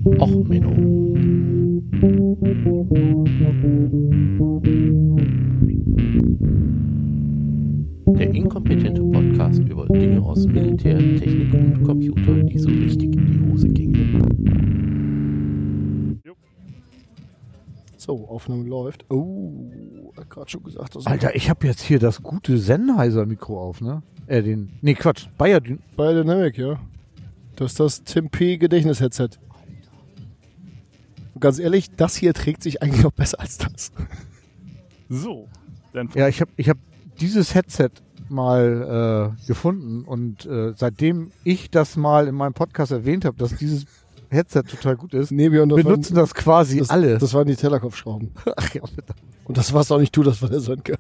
Och, Menno. Der inkompetente Podcast über Dinge aus Militär, Technik und Computer, die so richtig in die Hose gingen. So, Aufnahme läuft. Oh, hat gerade schon gesagt. Alter, ich habe jetzt hier das gute Sennheiser-Mikro auf, ne? Beyerdynamic, ja. Das ist das Tim P. Gedächtnis-Headset. Und ganz ehrlich, das hier trägt sich eigentlich noch besser als das. So. Dann Ja, ich hab dieses Headset mal gefunden und seitdem ich das mal in meinem Podcast erwähnt habe, dass dieses Headset total gut ist, benutzen das quasi alle. Das waren die Tellerkopfschrauben. Ach ja, bitte. Und das war's auch nicht du, das war der Sönke.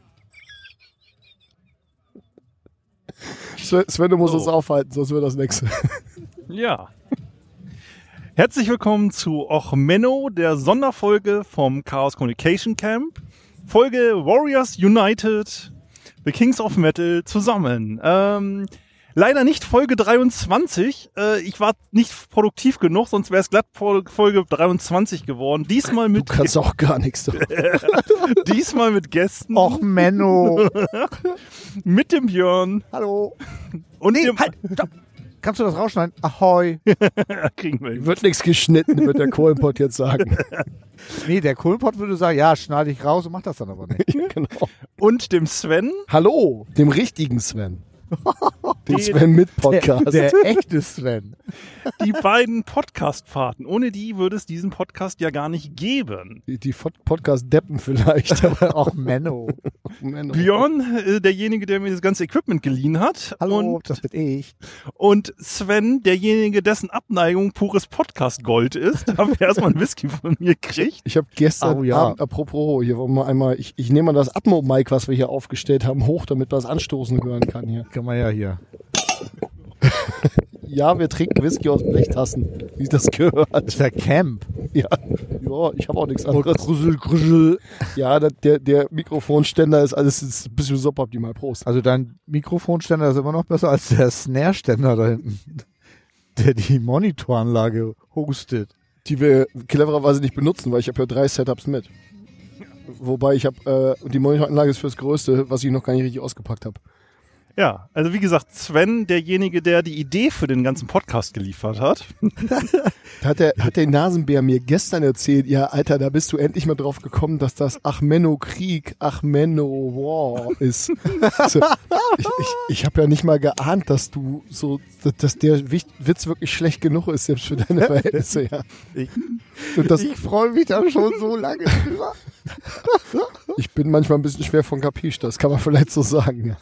Sven, du musst uns aufhalten, sonst wird das nächste. Ja. Herzlich willkommen zu Och Menno, der Sonderfolge vom Chaos Communication Camp. Folge Warriors United, The Kings of Metal zusammen. Leider nicht Folge 23. Ich war nicht produktiv genug, sonst wäre es glatt Folge 23 geworden. Diesmal mit Du kannst auch gar nichts. diesmal mit Gästen. Och, Menno. Mit dem Björn. Hallo. Und Nee, dem halt, stopp. Kannst du das rausschneiden? Ahoi. kriegen wir hin. Wird nichts geschnitten, wird der Kohlenpott jetzt sagen. Nee, der Kohlenpott würde sagen, ja, schneide ich raus und mach das dann aber nicht. Genau. Und dem Sven. Hallo, dem richtigen Sven. Den Sven mit Podcast. Der echte Sven. Die beiden Podcast-Fahrten. Ohne die würde es diesen Podcast ja gar nicht geben. Die Podcast-Deppen vielleicht. Och, Menno. Menno. Björn, derjenige, der mir das ganze Equipment geliehen hat. Hallo, das bin ich. Und Sven, derjenige, dessen Abneigung pures Podcast-Gold ist. Dafür erstmal ein Whisky von mir kriegt. Ich habe gestern Oh, ja. Abend, apropos, hier wollen wir einmal, ich nehme mal das Atmo-Mic, was wir hier aufgestellt haben, hoch, damit man das Anstoßen hören kann hier. Kann man ja hier. Ja, wir trinken Whisky aus Blechtassen, wie das gehört. Das ist ja Camp. Ja, ich habe auch nichts Oh, anderes. Grüssel. Ja, der Mikrofonständer ist alles ist ein bisschen suboptimal. Prost. Also dein Mikrofonständer ist immer noch besser als der Snare-Ständer da hinten, der die Monitoranlage hostet. Die wir clevererweise nicht benutzen, weil ich habe ja 3 Setups mit. Wobei ich habe, die Monitoranlage ist fürs Größte, was ich noch gar nicht richtig ausgepackt habe. Ja, also wie gesagt, Sven, derjenige, der die Idee für den ganzen Podcast geliefert hat. Hat der Nasenbär mir gestern erzählt, ja, Alter, da bist du endlich mal drauf gekommen, dass das Achmenno Krieg, Achmenno War ist. Also, ich habe ja nicht mal geahnt, dass du so, dass der Witz wirklich schlecht genug ist, selbst für deine Verhältnisse, ja. Ich freue mich da schon so lange drüber. Ich bin manchmal ein bisschen schwer von Capiche, das kann man vielleicht so sagen, ja.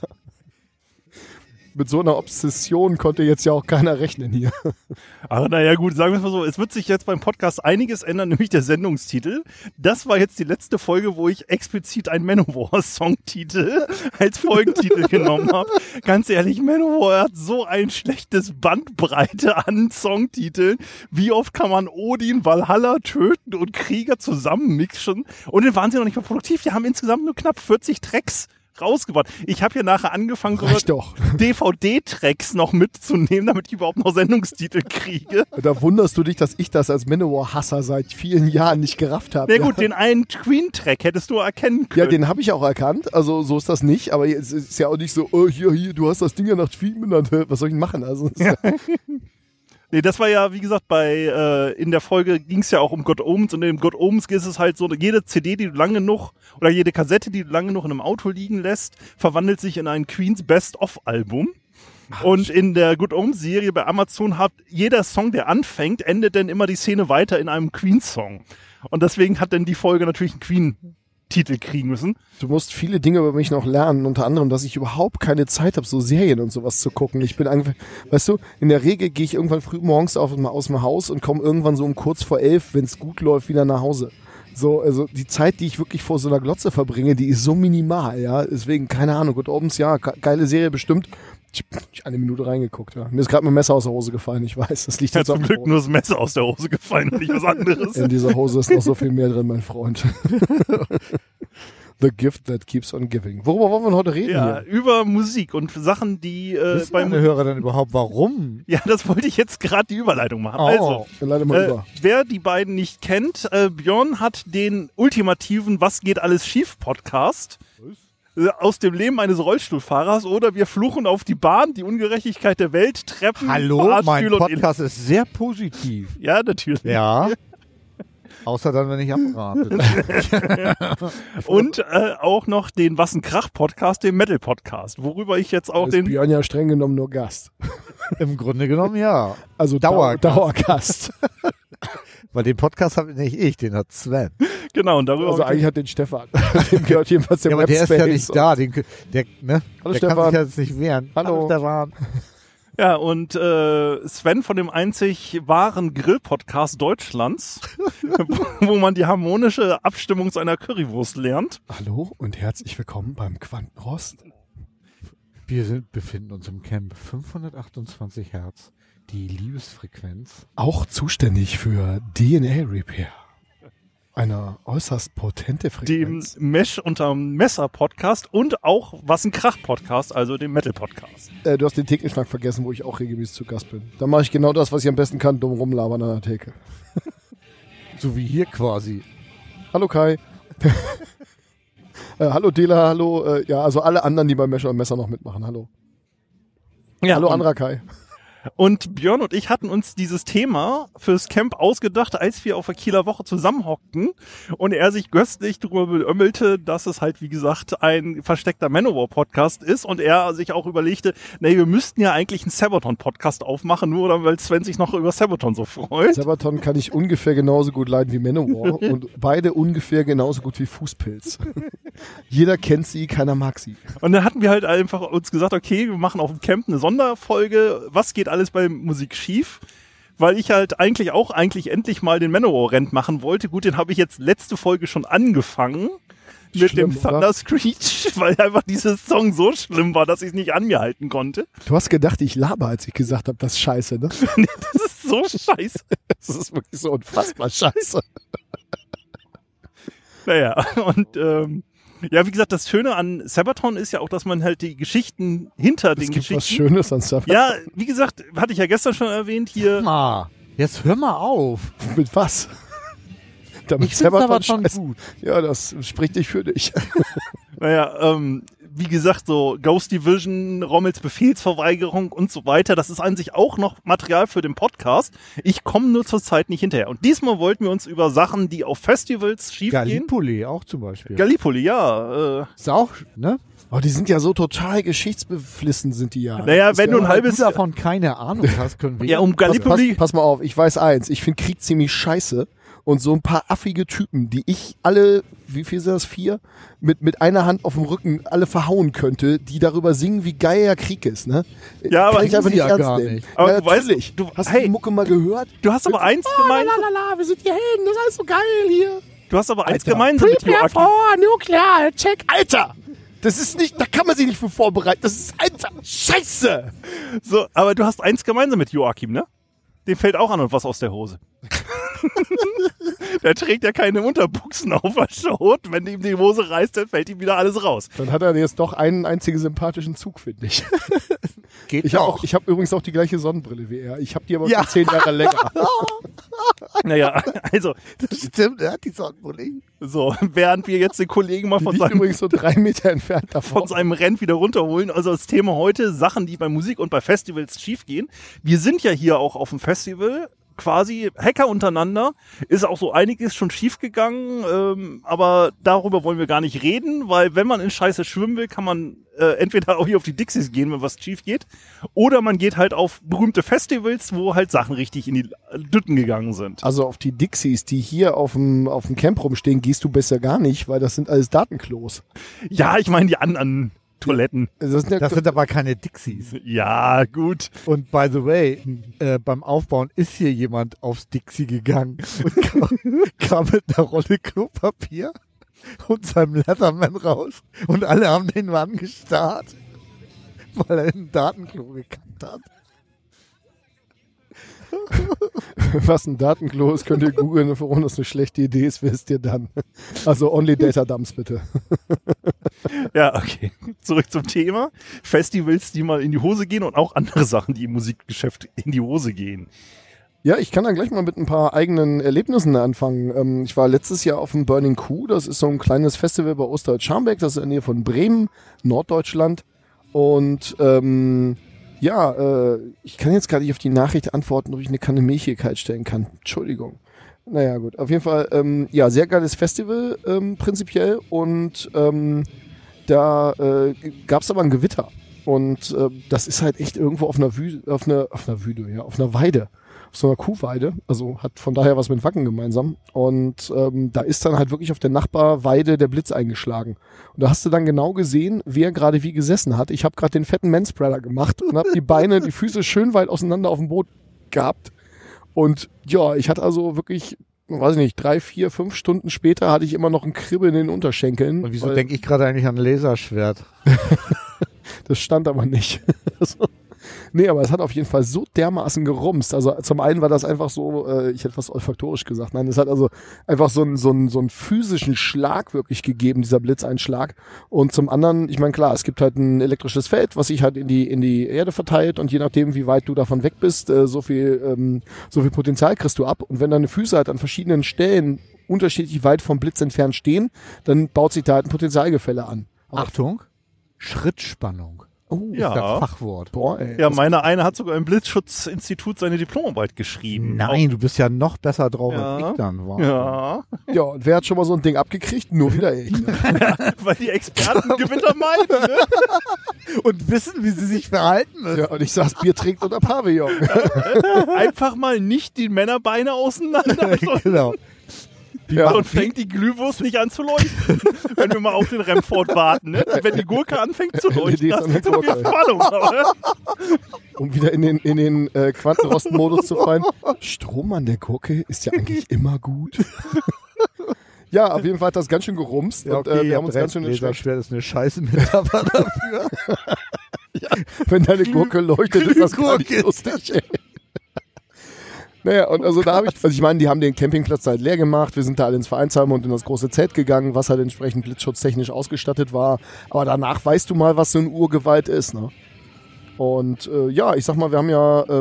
Mit so einer Obsession konnte jetzt ja auch keiner rechnen hier. Aber naja gut, sagen wir es mal so, es wird sich jetzt beim Podcast einiges ändern, nämlich der Sendungstitel. Das war jetzt die letzte Folge, wo ich explizit einen Manowar-Songtitel als Folgentitel genommen habe. Ganz ehrlich, Manowar hat so ein schlechtes Bandbreite an Songtiteln. Wie oft kann man Odin, Valhalla töten und Krieger zusammenmixen? Und dann waren sie noch nicht mal produktiv. Die haben insgesamt nur knapp 40 Tracks rausgebracht. Ich habe hier nachher angefangen, so DVD-Tracks noch mitzunehmen, damit ich überhaupt noch Sendungstitel kriege. Da wunderst du dich, dass ich das als Manowar-Hasser seit vielen Jahren nicht gerafft habe. Na gut, den einen Queen-Track hättest du erkennen können. Ja, den habe ich auch erkannt, also so ist das nicht, aber es ist ja auch nicht so, oh, hier, du hast das Ding ja nach Queen benannt, was soll ich denn machen? Also, Nee, das war ja, wie gesagt, in der Folge ging es ja auch um God Omens und in God Omens ist es halt so, jede CD, die du lange genug oder jede Kassette, die du lange genug in einem Auto liegen lässt, verwandelt sich in ein Queens Best-of-Album. Und in der Good Omens Serie bei Amazon hat jeder Song, der anfängt, endet dann immer die Szene weiter in einem Queen-Song. Und deswegen hat dann die Folge natürlich einen Queen-Titel kriegen müssen. Du musst viele Dinge über mich noch lernen, unter anderem, dass ich überhaupt keine Zeit habe, so Serien und sowas zu gucken. Ich bin einfach, weißt du, in der Regel gehe ich irgendwann früh morgens aus dem Haus und komme irgendwann so um kurz vor 11, wenn es gut läuft, wieder nach Hause. So, also die Zeit, die ich wirklich vor so einer Glotze verbringe, die ist so minimal, ja. Deswegen, keine Ahnung, Good Omens, ja, geile Serie bestimmt. Ich habe eine Minute reingeguckt, ja. Mir ist gerade mein Messer aus der Hose gefallen, ich weiß. Das liegt Ja, jetzt auf zum dem Glück Boden. nur das Messer aus der Hose gefallen und nicht was anderes. In dieser Hose ist noch so viel mehr drin, mein Freund. The gift that keeps on giving. Worüber wollen wir heute reden Ja, hier? über Musik und Sachen, die Wissen meine Hörer dann überhaupt warum? Ja, das wollte ich jetzt gerade die Überleitung machen. Oh. Also, Dann leite mal über. wer die beiden nicht kennt, Björn hat den ultimativen Was geht alles schief Podcast aus dem Leben eines Rollstuhlfahrers oder wir fluchen auf die Bahn, die Ungerechtigkeit der Welt, Treppen, Hallo, mein Fahrstühle und Podcast ist sehr positiv. Ja, natürlich. Ja. Außer dann, wenn ich abrate. Und auch noch den Was ein Krach Podcast, den Metal Podcast, worüber ich jetzt auch Ist Björn ja streng genommen nur Gast. Im Grunde genommen ja. Also Dauergast. Dauergast. Weil den Podcast habe nicht ich, den hat Sven. Genau, und darüber Also eigentlich hat den Stefan. Dem gehört jedenfalls der Ja, aber der ist ja Webspace. nicht da. Der Hallo kann Stefan. sich ja jetzt nicht wehren. Hallo. Stefan. Ja, und Sven von dem einzig wahren Grill-Podcast Deutschlands, wo man die harmonische Abstimmung zu einer Currywurst lernt. Hallo und herzlich willkommen beim Quantenrost. Wir befinden uns im Camp 528 Hertz. Die Liebesfrequenz. Auch zuständig für DNA Repair. Eine äußerst potente Dem Frequenz. Mesh unterm Messer Podcast und auch Was ein Krach Podcast, also dem Metal Podcast. Du hast den Thekenschnack vergessen, wo ich auch regelmäßig zu Gast bin. Da mache ich genau das, was ich am besten kann, dumm rumlabern an der Theke. So wie hier quasi. Hallo Kai. Hallo Dela, hallo. Ja, also alle anderen, die beim Mesh und Messer noch mitmachen. Hallo. Ja, Hallo und, anderer Kai. Und Björn und ich hatten uns dieses Thema fürs Camp ausgedacht, als wir auf der Kieler Woche zusammenhockten und er sich göstlich darüber beömmelte, dass es halt, wie gesagt, ein versteckter Manowar-Podcast ist und er sich auch überlegte, nee, wir müssten ja eigentlich einen Sabaton-Podcast aufmachen, nur weil Sven sich noch über Sabaton so freut. Sabaton kann ich ungefähr genauso gut leiden wie Manowar und beide ungefähr genauso gut wie Fußpilz. Jeder kennt sie, keiner mag sie. Und dann hatten wir halt einfach uns gesagt, okay, wir machen auf dem Camp eine Sonderfolge, was geht alles bei Musik schief? Weil ich halt eigentlich endlich mal den Manowar-Rent machen wollte. Gut, den habe ich jetzt letzte Folge schon angefangen mit Schlimm, dem Thunder Screech, weil einfach dieser Song so schlimm war, dass ich es nicht an mir halten konnte. Du hast gedacht, ich laber, als ich gesagt habe, das ist scheiße, ne? Das ist so scheiße. Das ist wirklich so unfassbar scheiße. Naja, und ja, wie gesagt, das Schöne an Sabaton ist ja auch, dass man halt die Geschichten hinter den Es gibt Geschichten... was Schönes an Sabaton. Ja, wie gesagt, hatte ich ja gestern schon erwähnt, hier... Jetzt hör mal auf. Mit was? Damit Ich finde Sabaton scheiße. gut. Ja, das spricht nicht für dich. Naja, wie gesagt, so Ghost Division, Rommels Befehlsverweigerung und so weiter, das ist an sich auch noch Material für den Podcast. Ich komme nur zur Zeit nicht hinterher. Und diesmal wollten wir uns über Sachen, die auf Festivals schiefgehen. Gallipoli auch zum Beispiel. Gallipoli, ja. Ist auch, ne? Oh, die sind ja so total geschichtsbeflissen, sind die ja. Naja, Das ist wenn du ein ja, Weil halbes... du davon keine Ahnung hast, können wir... Ja, um Gallipoli... pass mal auf, ich weiß eins, ich finde Krieg ziemlich scheiße und so ein paar affige Typen, die ich alle, wie viel sind das, 4, mit einer Hand auf dem Rücken alle verhauen könnte, die darüber singen, wie geil der Krieg ist, ne? Ja, aber Kann ich einfach sie nicht ja ernst gar nehmen. nicht. Aber Ja, du weißt, natürlich. Hast du hey, die Mucke mal gehört? du hast aber eins gemeint... wir sind die Helden, das ist alles so geil hier. Du hast aber eins Alter. gemeinsam mit Prepare Joachim. for nuclear check. Alter! Das ist nicht, da kann man sich nicht für vorbereiten. Das ist, Alter, Scheiße! So, aber du hast eins gemeinsam mit Joachim, ne? Dem fällt auch an und was aus der Hose. Der trägt ja keine Unterbuchsen auf der Schot. Wenn ihm die Hose reißt, dann fällt ihm wieder alles raus. Dann hat er jetzt doch einen einzigen sympathischen Zug, finde ich. Geht Ich habe auch. übrigens auch die gleiche Sonnenbrille wie er. Ich habe die aber Ja. schon 10 Jahre länger. Naja, also, Stimmt, er hat die Sonnenbrille. so, während wir jetzt den Kollegen mal Die von liegt seinem, übrigens so 3 Meter entfernt davon. von seinem Rennen wieder runterholen. Also das Thema heute, Sachen, die bei Musik und bei Festivals schiefgehen. Wir sind ja hier auch auf dem Festival. Quasi Hacker untereinander, ist auch so einiges schon schiefgegangen, aber darüber wollen wir gar nicht reden, weil wenn man in Scheiße schwimmen will, kann man entweder auch hier auf die Dixies gehen, wenn was schief geht, oder man geht halt auf berühmte Festivals, wo halt Sachen richtig in die Dütten gegangen sind. Also auf die Dixies, die hier auf dem Camp rumstehen, gehst du besser gar nicht, weil das sind alles Datenklos. Ja, ich meine die anderen Toiletten. Das sind ja Das sind aber keine Dixies. Ja, gut. Und by the way, beim Aufbauen ist hier jemand aufs Dixie gegangen und kam mit einer Rolle Klopapier und seinem Leatherman raus. Und alle haben den Mann gestarrt, weil er in ein Datenklo gekackt hat. was ein Datenklo ist, könnt ihr googeln, und warum das eine schlechte Idee ist, wisst ihr dann. Also only data dumps bitte. Ja, okay. Zurück zum Thema. Festivals, die mal in die Hose gehen und auch andere Sachen, die im Musikgeschäft in die Hose gehen. Ja, ich kann da gleich mal mit ein paar eigenen Erlebnissen anfangen. Ich war letztes Jahr auf dem Burning Kuh, das ist so ein kleines Festival bei Osterholz-Scharmbeck, das ist in der Nähe von Bremen, Norddeutschland. Und ich kann jetzt gar nicht auf die Nachricht antworten, ob ich eine Kanne Milch hier kalt stellen kann. Entschuldigung. Naja, gut. Auf jeden Fall, sehr geiles Festival prinzipiell. Und da gab es aber ein Gewitter. Und das ist halt echt irgendwo auf einer Weide. Auf so einer Kuhweide. Also hat von daher was mit Wacken gemeinsam. Und da ist dann halt wirklich auf der Nachbarweide der Blitz eingeschlagen. Und da hast du dann genau gesehen, wer gerade wie gesessen hat. Ich habe gerade den fetten Manspreader gemacht und habe die Füße schön weit auseinander auf dem Boot gehabt. Und ja, ich hatte also wirklich, weiß ich nicht, 3, 4, 5 Stunden später hatte ich immer noch ein Kribbeln in den Unterschenkeln. Und wieso denke ich gerade eigentlich an ein Laserschwert? Das stand aber nicht. Nee, aber es hat auf jeden Fall so dermaßen gerumst. Also zum einen war das einfach so, ich hätte fast olfaktorisch gesagt, nein, es hat also einfach so einen physischen Schlag wirklich gegeben, dieser Blitzeinschlag. Und zum anderen, ich meine, klar, es gibt halt ein elektrisches Feld, was sich halt in die Erde verteilt, und je nachdem, wie weit du davon weg bist, so viel Potenzial kriegst du ab. Und wenn deine Füße halt an verschiedenen Stellen unterschiedlich weit vom Blitz entfernt stehen, dann baut sich da halt ein Potenzialgefälle an. Achtung, Schrittspannung. Oh, ja. Das Fachwort. Boah, ey. Ja, meine eine hat sogar im Blitzschutzinstitut seine Diplomarbeit geschrieben. Nein, du bist ja noch besser drauf als ich dann war. Ja. Ja, und wer hat schon mal so ein Ding abgekriegt? Nur wieder ich. Weil die Experten Gewitter meiden, ne? Und wissen, wie sie sich verhalten müssen. Ja, und ich saß Bier trinkt unter Pavillon. Einfach mal nicht die Männerbeine auseinander. Genau. Ja. Und fängt die Glühwurst nicht an zu leuchten, wenn wir mal auf den Remford warten. Ne? Wenn die Gurke anfängt zu leuchten, Die ist das an der ist so viel Gurke. Spannung. Oder? Um wieder in den Quantenrosten-Modus zu fallen. Strom an der Gurke ist ja eigentlich immer gut. Ja, auf jeden Fall hat das ganz schön gerumst. Ja, und okay, wir haben uns ganz schön erschreckt. Laserschwert ist eine scheiße Metapher dafür. Ja, wenn deine Gurke leuchtet, ist das gar nicht lustig. Ey. Naja, und also da habe ich meine, die haben den Campingplatz halt leer gemacht. Wir sind da alle ins Vereinsheim und in das große Zelt gegangen, was halt entsprechend blitzschutztechnisch ausgestattet war. Aber danach weißt du mal, was so eine Urgewalt ist, ne? Und ich sag mal, wir haben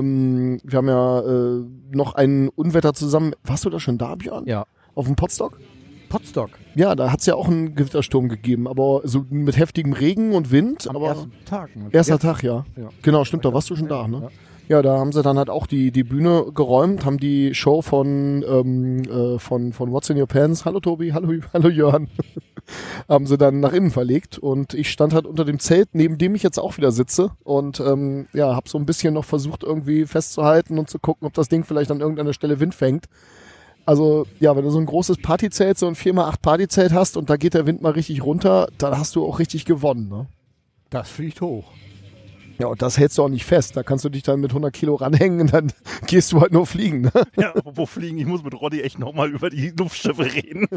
ja noch ein Unwetter zusammen. Warst du da schon da, Björn? Ja. Auf dem Potsdok? Potsdok. Ja, da hat es ja auch einen Gewittersturm gegeben, aber so mit heftigem Regen und Wind. Am aber ersten Tag. Ne? Erster Tag, ja. Ja. Genau, stimmt, da warst du schon da, ne? Ja, da haben sie dann halt auch die Bühne geräumt, haben die Show von What's in Your Pants, hallo Tobi, hallo Jörn, haben sie dann nach innen verlegt, und ich stand halt unter dem Zelt, neben dem ich jetzt auch wieder sitze, und habe so ein bisschen noch versucht irgendwie festzuhalten und zu gucken, ob das Ding vielleicht an irgendeiner Stelle Wind fängt. Also ja, wenn du so ein großes Partyzelt, so ein 4x8 Partyzelt hast und da geht der Wind mal richtig runter, dann hast du auch richtig gewonnen, ne? Das fliegt hoch. Ja, und das hältst du auch nicht fest. Da kannst du dich dann mit 100 Kilo ranhängen und dann gehst du halt nur fliegen. Ne? Ja, apropos fliegen, ich muss mit Roddy echt nochmal über die Luftschiffe reden.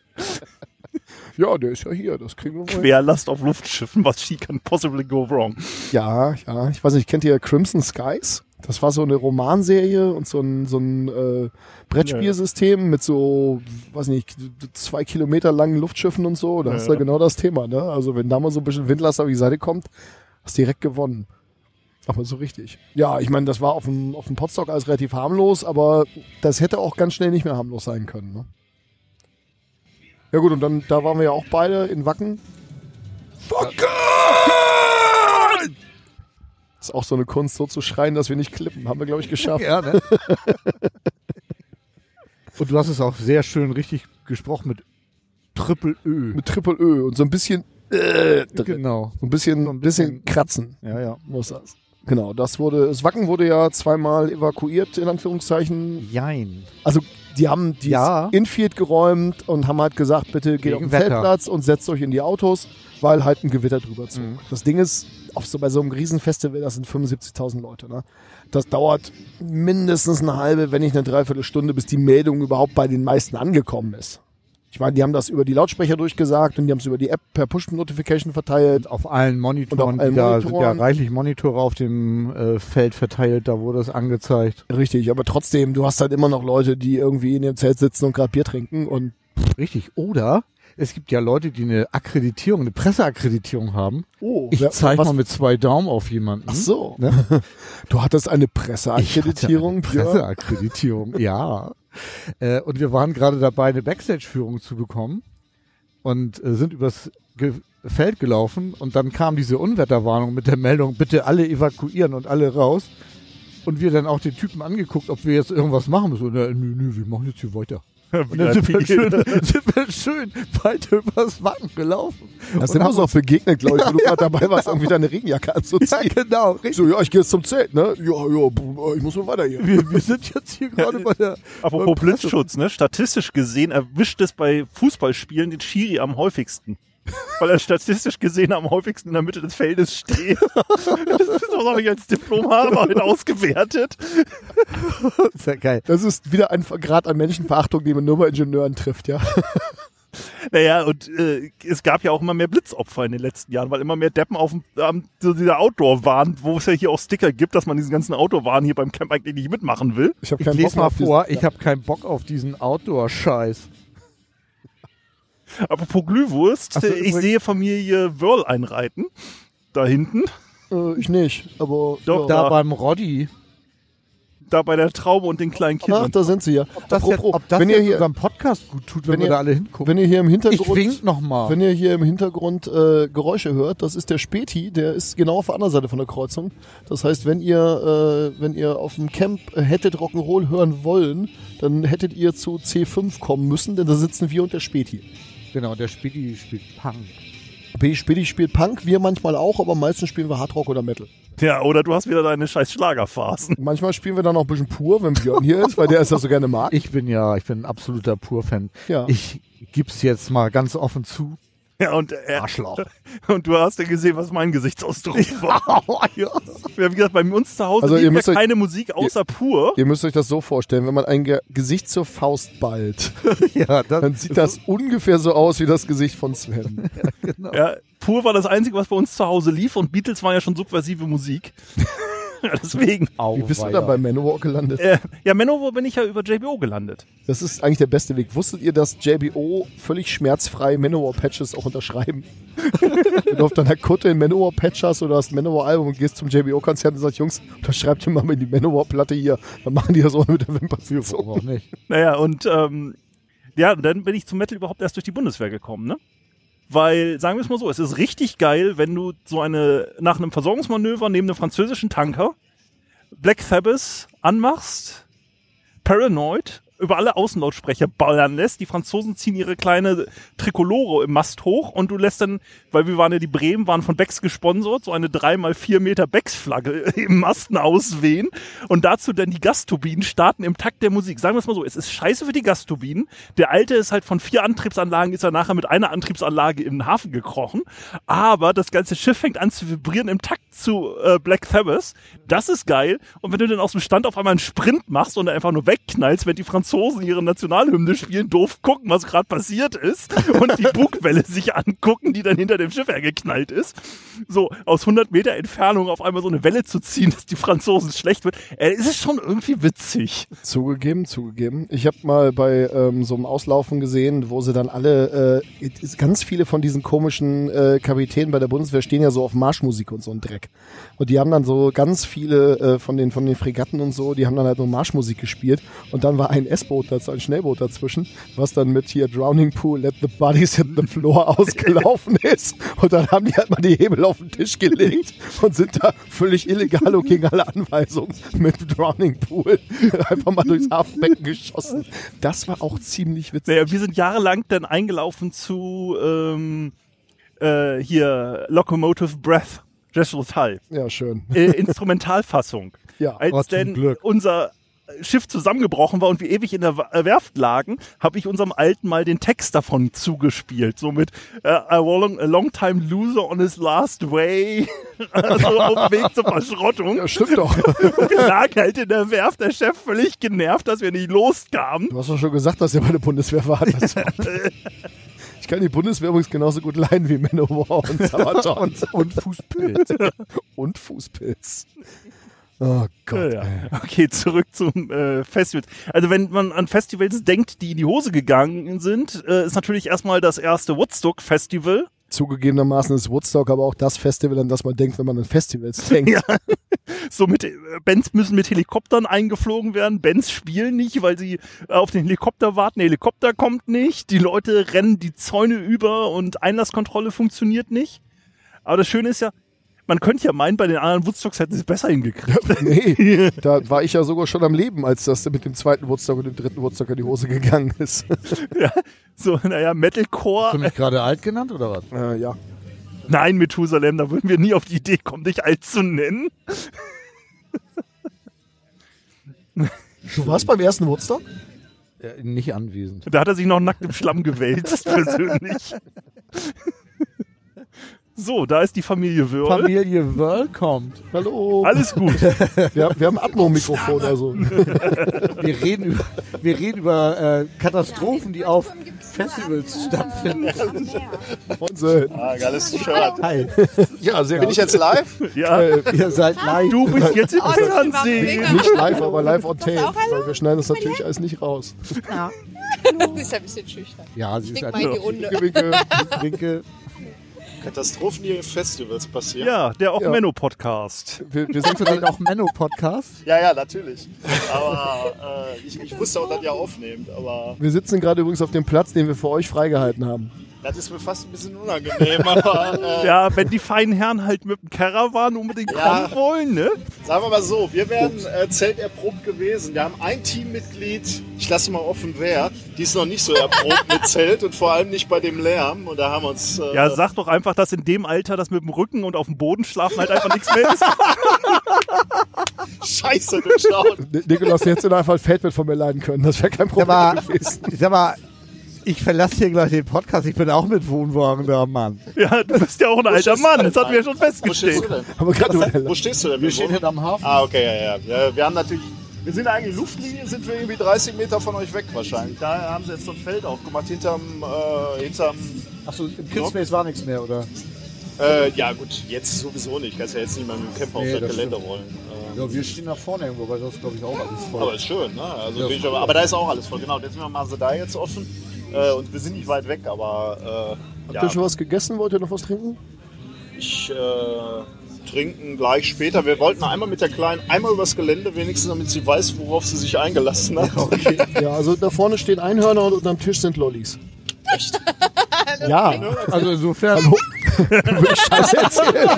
Ja, der ist ja hier, das kriegen wir wohl. Querlast auf Luftschiffen, was she can possibly go wrong. Ja, ich weiß nicht, kennt ihr Crimson Skies? Das war so eine Romanserie und so ein Brettspielsystem mit so, weiß nicht, 2 Kilometer langen Luftschiffen und so. Da hast du ja genau das Thema, ne? Also wenn da mal so ein bisschen Windlast auf die Seite kommt, hast direkt gewonnen. Aber so richtig. Ja, ich meine, das war auf dem Potsdok alles relativ harmlos, aber das hätte auch ganz schnell nicht mehr harmlos sein können. Ne? Ja gut, und dann da waren wir ja auch beide in Wacken. Wacken! Ist auch so eine Kunst, so zu schreien, dass wir nicht klippen. Haben wir, glaube ich, geschafft. Ja, ne? Und du hast es auch sehr schön richtig gesprochen mit Triple Ö. Mit Triple Ö und so ein bisschen genau. So ein bisschen kratzen. Ja. Muss das. Genau, das Wacken wurde ja zweimal evakuiert, in Anführungszeichen. Jein. Also die haben die Infield geräumt und haben halt gesagt, bitte geht auf den Zeltplatz und setzt euch in die Autos, weil halt ein Gewitter drüber zog. Mhm. Das Ding ist, bei so einem Riesenfestival, das sind 75.000 Leute, ne? Das dauert mindestens eine halbe, wenn nicht eine Dreiviertelstunde, bis die Meldung überhaupt bei den meisten angekommen ist. Ich meine, die haben das über die Lautsprecher durchgesagt und die haben es über die App per Push-Notification verteilt. Und auf allen Monitoren, da sind ja reichlich Monitore auf dem Feld verteilt, da wurde es angezeigt. Richtig, aber trotzdem, du hast halt immer noch Leute, die irgendwie in ihrem Zelt sitzen und gerade Bier trinken und... Richtig, oder es gibt ja Leute, die eine Presseakkreditierung haben. Oh, ich zeige mal mit 2 Daumen auf jemanden. Ach so. Ne? Du hattest eine Presseakkreditierung? Presseakkreditierung, ja. Und wir waren gerade dabei, eine Backstage-Führung zu bekommen und sind übers Feld gelaufen und dann kam diese Unwetterwarnung mit der Meldung, bitte alle evakuieren und alle raus. Und wir dann auch den Typen angeguckt, ob wir jetzt irgendwas machen müssen. Und nö, wir machen jetzt hier weiter. Und dann sind wir schön weiter übers Wacken gelaufen. Das sind wir uns auch begegnet, glaube ich, wo du gerade dabei warst, irgendwie deine Regenjacke anzuziehen. Ja, genau. Richtig. So, ja, ich gehe jetzt zum Zelt, ne? Ja, ich muss mal weiter hier. Wir sind jetzt hier gerade bei der... Apropos Blitzschutz, ne? Statistisch gesehen erwischt es bei Fußballspielen den Schiri am häufigsten. Weil er statistisch gesehen am häufigsten in der Mitte des Feldes steht. Das ist auch noch nicht als Diplomarbeit ausgewertet. Sehr geil. Das ist wieder ein Grad an Menschenverachtung, den man nur bei Ingenieuren trifft, ja. Naja, und es gab ja auch immer mehr Blitzopfer in den letzten Jahren, weil immer mehr Deppen auf so dieser Outdoor waren, wo es ja hier auch Sticker gibt, dass man diesen ganzen Outdoor-Waren hier beim Camp eigentlich nicht mitmachen will. Ich lese mal vor, ich habe keinen Bock auf diesen Outdoor-Scheiß. Apropos Glühwurst, ich sehe Familie Wörl einreiten. Da hinten. Ich nicht, aber... Doch, da beim Roddy. Da bei der Traube und den kleinen Kindern. Ach, da sind sie ja. Ob das jetzt unserem Podcast gut tut, wenn wir da alle hingucken. Wenn ihr hier im Hintergrund... Ich wink nochmal. Wenn ihr hier im Hintergrund Geräusche hört, das ist der Späti, der ist genau auf der anderen Seite von der Kreuzung. Das heißt, wenn ihr auf dem Camp hättet Rock'n'Roll hören wollen, dann hättet ihr zu C5 kommen müssen, denn da sitzen wir und der Späti. Genau, der Späti spielt Punk. Späti spielt Punk, wir manchmal auch, aber meistens spielen wir Hardrock oder Metal. Ja, oder du hast wieder deine scheiß Schlagerphasen. Manchmal spielen wir dann auch ein bisschen Pur, wenn Björn hier ist, weil der es das so gerne mag. Ich bin ein absoluter Pur-Fan. Ja. Ich gib's jetzt mal ganz offen zu. Ja, und Arschloch. Und du hast ja gesehen, was mein Gesichtsausdruck war. Ja. Wir haben gesagt, bei uns zu Hause liegt ja keine Musik außer Pur. Ihr müsst euch das so vorstellen, wenn man ein Gesicht zur Faust ballt, ja, dann sieht das ungefähr so aus wie das Gesicht von Sven. Ja, genau. Ja, Pur war das Einzige, was bei uns zu Hause lief und Beatles waren ja schon subversive Musik. Deswegen. Wie bist du da bei Manowar gelandet? Ja, Manowar bin ich ja über JBO gelandet. Das ist eigentlich der beste Weg. Wusstet ihr, dass JBO völlig schmerzfrei Manowar-Patches auch unterschreiben? Wenn du auf deiner Kutte ein Manowar-Patch hast oder hast ein Manowar-Album und gehst zum JBO-Konzert und sagst, Jungs, unterschreibt ihr mal mit die Manowar-Platte hier. Dann machen die das auch mit der Wimper zu. Auch nicht. Naja, und dann bin ich zum Metal überhaupt erst durch die Bundeswehr gekommen, ne? Weil, sagen wir es mal so, es ist richtig geil, wenn du nach einem Versorgungsmanöver neben einem französischen Tanker Black Sabbath anmachst, Paranoid, über alle Außenlautsprecher ballern lässt. Die Franzosen ziehen ihre kleine Trikolore im Mast hoch und du lässt dann, weil die Bremen waren von Becks gesponsert, so eine 3x4 Meter Becks-Flagge im Masten auswehen und dazu dann die Gasturbinen starten im Takt der Musik. Sagen wir es mal so, es ist scheiße für die Gasturbinen. Der alte ist halt von 4 Antriebsanlagen, ist er nachher mit einer Antriebsanlage in den Hafen gekrochen, aber das ganze Schiff fängt an zu vibrieren im Takt zu Black Sabbath. Das ist geil. Und wenn du dann aus dem Stand auf einmal einen Sprint machst und einfach nur wegknallst, wenn die Franzosen ihre Nationalhymne spielen, doof gucken, was gerade passiert ist und die Bugwelle sich angucken, die dann hinter dem Schiff hergeknallt ist. So, aus 100 Meter Entfernung auf einmal so eine Welle zu ziehen, dass die Franzosen schlecht wird, ist es schon irgendwie witzig. Zugegeben. Ich habe mal bei so einem Auslaufen gesehen, wo sie dann alle, ganz viele von diesen komischen Kapitänen bei der Bundeswehr stehen ja so auf Marschmusik und so ein Dreck. Und die haben dann so ganz viele von den Fregatten und so, die haben dann halt nur Marschmusik gespielt und dann war ein S-Boot, ein Schnellboot dazwischen, was dann mit hier Drowning Pool, Let the Bodies hit the Floor ausgelaufen ist. Und dann haben die halt mal die Hebel auf den Tisch gelegt und sind da völlig illegal und gegen alle Anweisungen mit Drowning Pool einfach mal durchs Hafenbecken geschossen. Das war auch ziemlich witzig. Naja, wir sind jahrelang dann eingelaufen zu hier Locomotive Breath, Jethro Tull. Ja, schön. Instrumentalfassung. Ja, als denn unser Schiff zusammengebrochen war und wir ewig in der Werft lagen, habe ich unserem Alten mal den Text davon zugespielt. So mit a long time loser on his last way. Also auf dem Weg zur Verschrottung. Ja, stimmt doch. Und wir lagen halt in der Werft, der Chef völlig genervt, dass wir nicht loskamen. Du hast doch schon gesagt, dass ihr bei der Bundeswehr wart. Ich kann die Bundeswehr übrigens genauso gut leiden wie Manowar und Sabaton. und Fußpilz. Und Fußpilz. Oh Gott. Ja. Okay, zurück zum Festivals. Also wenn man an Festivals denkt, die in die Hose gegangen sind, ist natürlich erstmal das erste Woodstock-Festival. Zugegebenermaßen ist Woodstock aber auch das Festival, an das man denkt, wenn man an Festivals denkt. Ja. So Bands müssen mit Helikoptern eingeflogen werden. Bands spielen nicht, weil sie auf den Helikopter warten. Der Helikopter kommt nicht. Die Leute rennen die Zäune über und Einlasskontrolle funktioniert nicht. Aber das Schöne ist ja, man könnte ja meinen, bei den anderen Woodstocks hätten sie es besser hingekriegt. Nee, da war ich ja sogar schon am Leben, als das mit dem zweiten Woodstock und dem dritten Woodstock in die Hose gegangen ist. Ja, so, Metalcore. Hast du mich gerade alt genannt oder was? Ja. Nein, Methusalem, da würden wir nie auf die Idee kommen, dich alt zu nennen. Du warst beim ersten Woodstock? Nicht anwesend. Da hat er sich noch nackt im Schlamm gewälzt, persönlich. So, da ist die Familie Wörl. Familie Wörl kommt. Hallo. Alles gut. Wir haben ein Atmo-Mikrofon, also. Wir reden über Katastrophen, die auf Festivals stattfinden. Geiles Shirt. Hi. Ja, sehr Bin ich jetzt live? Ja, Ihr seid live. du bist jetzt im Fernsehen. Nicht live, aber live on tape, weil wir schneiden das natürlich alles nicht raus. Ja. Sie ist ein bisschen schüchtern. Ja, sie ist Denk mal in die Runde. Winke. Katastrophen, die in Festivals passieren. Ja, der auch Menno-Podcast. Wir Sind sind wir denn auch Menno-Podcast? Ja, natürlich. Aber ich wusste auch, dass ihr aufnehmt. Aber Wir sitzen gerade übrigens auf dem Platz, den wir für euch freigehalten haben. das ist mir fast ein bisschen unangenehm. Aber Ja, wenn die feinen Herren halt mit dem Caravan unbedingt kommen wollen, ne? sagen wir mal so, wir wären zelterprobt gewesen. Wir haben ein Teammitglied, ich lasse mal offen wer, die ist noch nicht so erprobt mit Zelt und vor allem nicht bei dem Lärm. Und da haben wir uns... Ja, sag doch einfach, dass in dem Alter das mit dem Rücken und auf dem Boden schlafen halt einfach nichts mehr ist. Scheiße, du Schaut. Nikolaus, hättest du einfach ein Feldbett von mir leiden können. Das wäre kein Problem gewesen. Sag mal, ich verlasse hier gleich den Podcast. Ich bin auch mit Wohnwagen da, Mann. Ja, du bist ja auch ein alter Mann, das hatten wir ja schon Wo stehst festgestellt. du denn? Aber gerade Wo stehst du denn? Wir stehen hinterm Hafen. Ah, okay, ja. Wir haben natürlich... Wir sind eigentlich Luftlinie, sind wir irgendwie 30 Meter von euch weg wahrscheinlich. Da haben sie jetzt so ein Feld aufgemacht hinterm Achso, im Kidspace war nichts mehr, oder? ja gut, jetzt sowieso nicht. Kannst ja jetzt nicht mal mit dem Camper Nee, auf das das Gelände stimmt. rollen. Ja, wir stehen nach vorne irgendwo, weil das ist, glaube ich, auch alles voll. Aber ist schön, ne? Also Ja, bin ich voll. aber da ist auch alles voll. Genau, jetzt sind wir mal so da jetzt offen. Und wir sind nicht weit weg, aber Habt ihr schon was gegessen? Wollt ihr noch was trinken? ich trinken gleich später. Wir wollten einmal mit der Kleinen einmal übers Gelände, wenigstens damit sie weiß, worauf sie sich eingelassen hat. Ja, also da vorne stehen Einhörner und unterm Tisch sind Lollis. Echt? Ja. Also insofern, Würde ich Scheiße erzählen.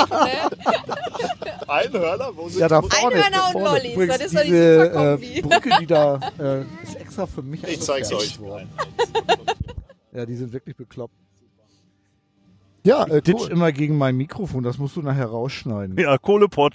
Einhörner? Wo sind ja, da vorne. Einhörner da und vorne. Lollis, Übrigens, das ist doch die diese Superkombi. Brücke, die da ist extra für mich. Ich zeig's euch. worden. Ja, die sind wirklich bekloppt. Ja, Ditch cool. immer gegen mein Mikrofon, das musst du nachher rausschneiden. Ja, Kohlepott.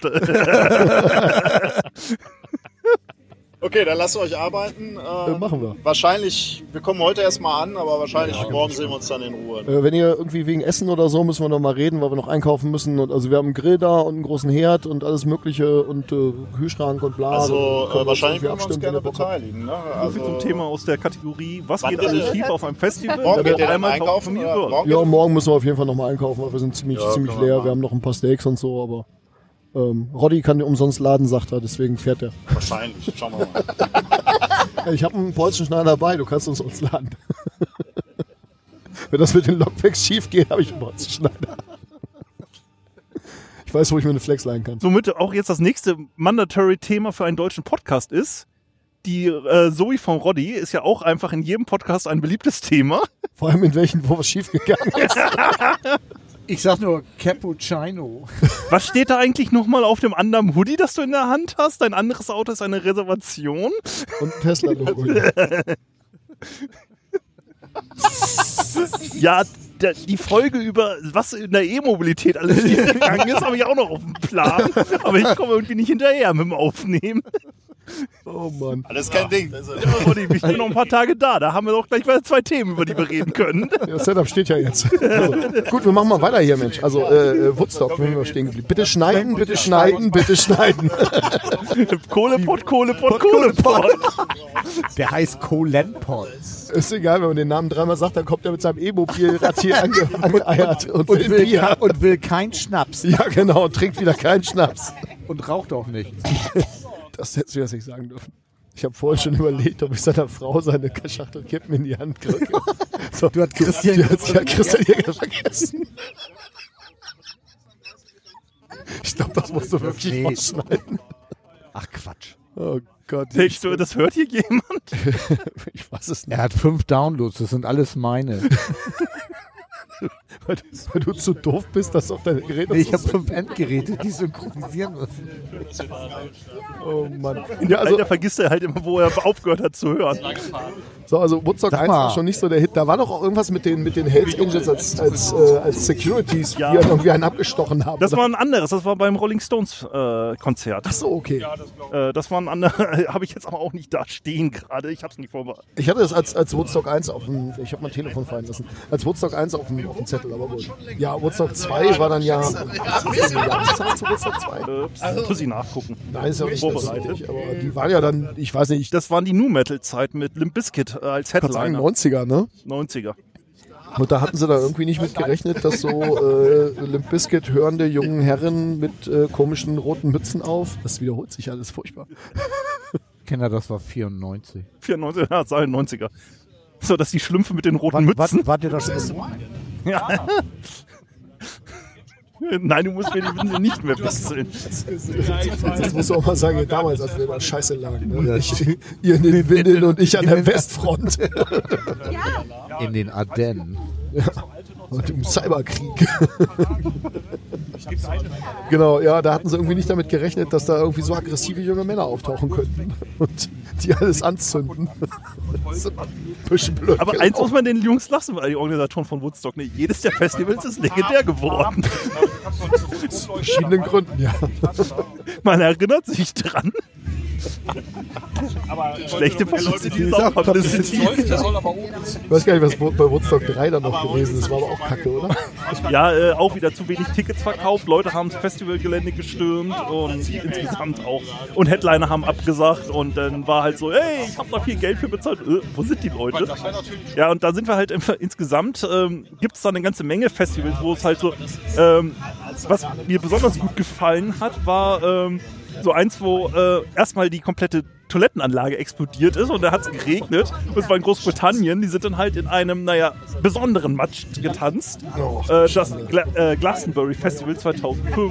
Okay, dann lasst euch arbeiten. Machen wir. Wahrscheinlich, wir kommen heute erstmal an, aber wahrscheinlich morgen sehen wir uns dann in Ruhe. Wenn ihr irgendwie wegen Essen oder so, müssen wir noch mal reden, weil wir noch einkaufen müssen. Und, also wir haben einen Grill da und einen großen Herd und alles mögliche und Kühlschrank und bla. Also Können wahrscheinlich irgendwie würden wir uns abstimmen, gerne wenn ihr Bock habt. beteiligen. Ne? So viel zum Thema aus der Kategorie, was Wann geht ist alles es? schief auf einem Festival? Morgen geht ihr dann Einmal einkaufen? Familie Oder Wörl. morgen Ja, morgen müssen wir auf jeden Fall noch mal einkaufen, weil wir sind ziemlich können wir leer. machen. Wir haben noch ein paar Steaks und so, aber Roddy kann umsonst laden, sagt er, deswegen fährt er. Wahrscheinlich, schauen wir mal. Ich habe einen Bolzenschneider dabei, du kannst uns laden. Wenn das mit den Lockpicks schief geht, habe ich einen Bolzenschneider. Ich weiß, wo ich mir eine Flex leihen kann. Somit auch jetzt das nächste Mandatory-Thema für einen deutschen Podcast ist. Die Zoe von Roddy ist ja auch einfach in jedem Podcast ein beliebtes Thema. Vor allem in welchen, wo was schief gegangen ist. Ich sag nur Cappuccino. Was steht da eigentlich nochmal auf dem anderen Hoodie, das du in der Hand hast? Dein anderes Auto ist eine Reservation. Und ein Tesla-Logo. Ja, die Folge über was in der E-Mobilität alles schief gegangen ist, habe ich auch noch auf dem Plan. Aber ich komme irgendwie nicht hinterher mit dem Aufnehmen. Oh Mann. Alles kein Ding. Ich bin noch ein paar Tage da. Da haben wir doch gleich mal 2 Themen, über die wir reden können. Das Setup steht ja jetzt. Also, gut, wir machen mal weiter hier, Mensch. Also Woodstock, wenn wir stehen geblieben. Bitte schneiden, bitte schneiden, bitte schneiden. Kohlepott. Der heißt Kohlenpott. Ist egal, wenn man den Namen 3-mal sagt, dann kommt er mit seinem E-Mobil-Rad hier angeeiert und will keinen Schnaps. Ja, genau, und trinkt wieder keinen Schnaps. Und raucht auch nicht. Das hättest du jetzt nicht sagen dürfen. Ich habe vorhin schon überlegt, ob ich seiner Frau seine Schachtel Kippen in die Hand kriege. So, Du hast Christian Jäger vergessen. Ich glaube, das musst du wirklich rausschneiden. Ach Quatsch. Oh Gott. Denkst du, das hört hier jemand? Ich weiß es nicht. Er hat 5 Downloads, das sind alles meine. Weil du zu doof bist, das auf deine Geräte Nee, ich habe 5 Endgeräte, die synchronisieren müssen. Oh Mann. Ja, also, vergisst er halt immer, wo er aufgehört hat zu hören. So, also Woodstock 1 war schon nicht so der Hit. Da war doch auch irgendwas mit den Hells Angels als Securities, die irgendwie einen abgestochen haben. Das war ein anderes, das war beim Rolling Stones Konzert. Ach so, okay. Das war ein anderer, habe ich jetzt aber auch nicht da stehen gerade. Ich habe es nicht vorbereitet. Ich hatte das als Woodstock 1 ich habe mein Telefon fallen lassen, als Woodstock 1 auf dem Zettel, aber gut. Ja, Woodstock 2 war dann ja... Was ist die Jahreszahl zu Woodstock 2? Muss ich nachgucken. Nein, ist ja nicht vorbereitet. Aber die waren ja dann, ich weiß nicht... Das waren die Nu-Metal-Zeit mit Limp Bizkit als Ich kann sagen, Headliner. 90er, ne? 90er. Und da hatten sie da irgendwie nicht mit gerechnet, dass so Limp Bizkit hörende jungen Herren mit komischen roten Mützen auf. Das wiederholt sich alles furchtbar. Kenner, das war 94. 94, ja, das war 90er. So, dass die Schlümpfe mit den roten Mützen. Wart ihr das? Ja. Nein, du musst mir die Windel nicht mehr basteln. Das musst du auch mal sagen, damals, als wir da scheiße lagen. Ne? Ihr in den Windeln und ich an der Westfront. In den Ardennen. Ja. Und im Cyberkrieg. Genau, ja, da hatten sie irgendwie nicht damit gerechnet, dass da irgendwie so aggressive junge Männer auftauchen könnten und die alles anzünden. Das ist ein bisschen blöd. Aber eins muss man den Jungs lassen, weil die Organisatoren von Woodstock nicht. Jedes der Festivals ist legendär geworden. Aus verschiedenen Gründen, ja. Man erinnert sich dran. Schlechte Publicity ist auch Publicity. Ich weiß gar nicht, was bei Woodstock 3 dann noch gewesen ist. War aber auch kacke, oder? Ja, auch wieder zu wenig Tickets verkauft. Leute haben das Festivalgelände gestürmt und insgesamt auch. Und Headliner haben abgesagt und dann war halt so, hey, ich habe da viel Geld für bezahlt. Wo sind die Leute? Ja, und da sind wir halt insgesamt, gibt es da eine ganze Menge Festivals, wo es halt so, was mir besonders gut gefallen hat, war so eins, wo erstmal die komplette Toilettenanlage explodiert ist und da hat es geregnet. Das war in Großbritannien. Die sind dann halt in einem, besonderen Matsch getanzt. Das Glastonbury Festival 2005.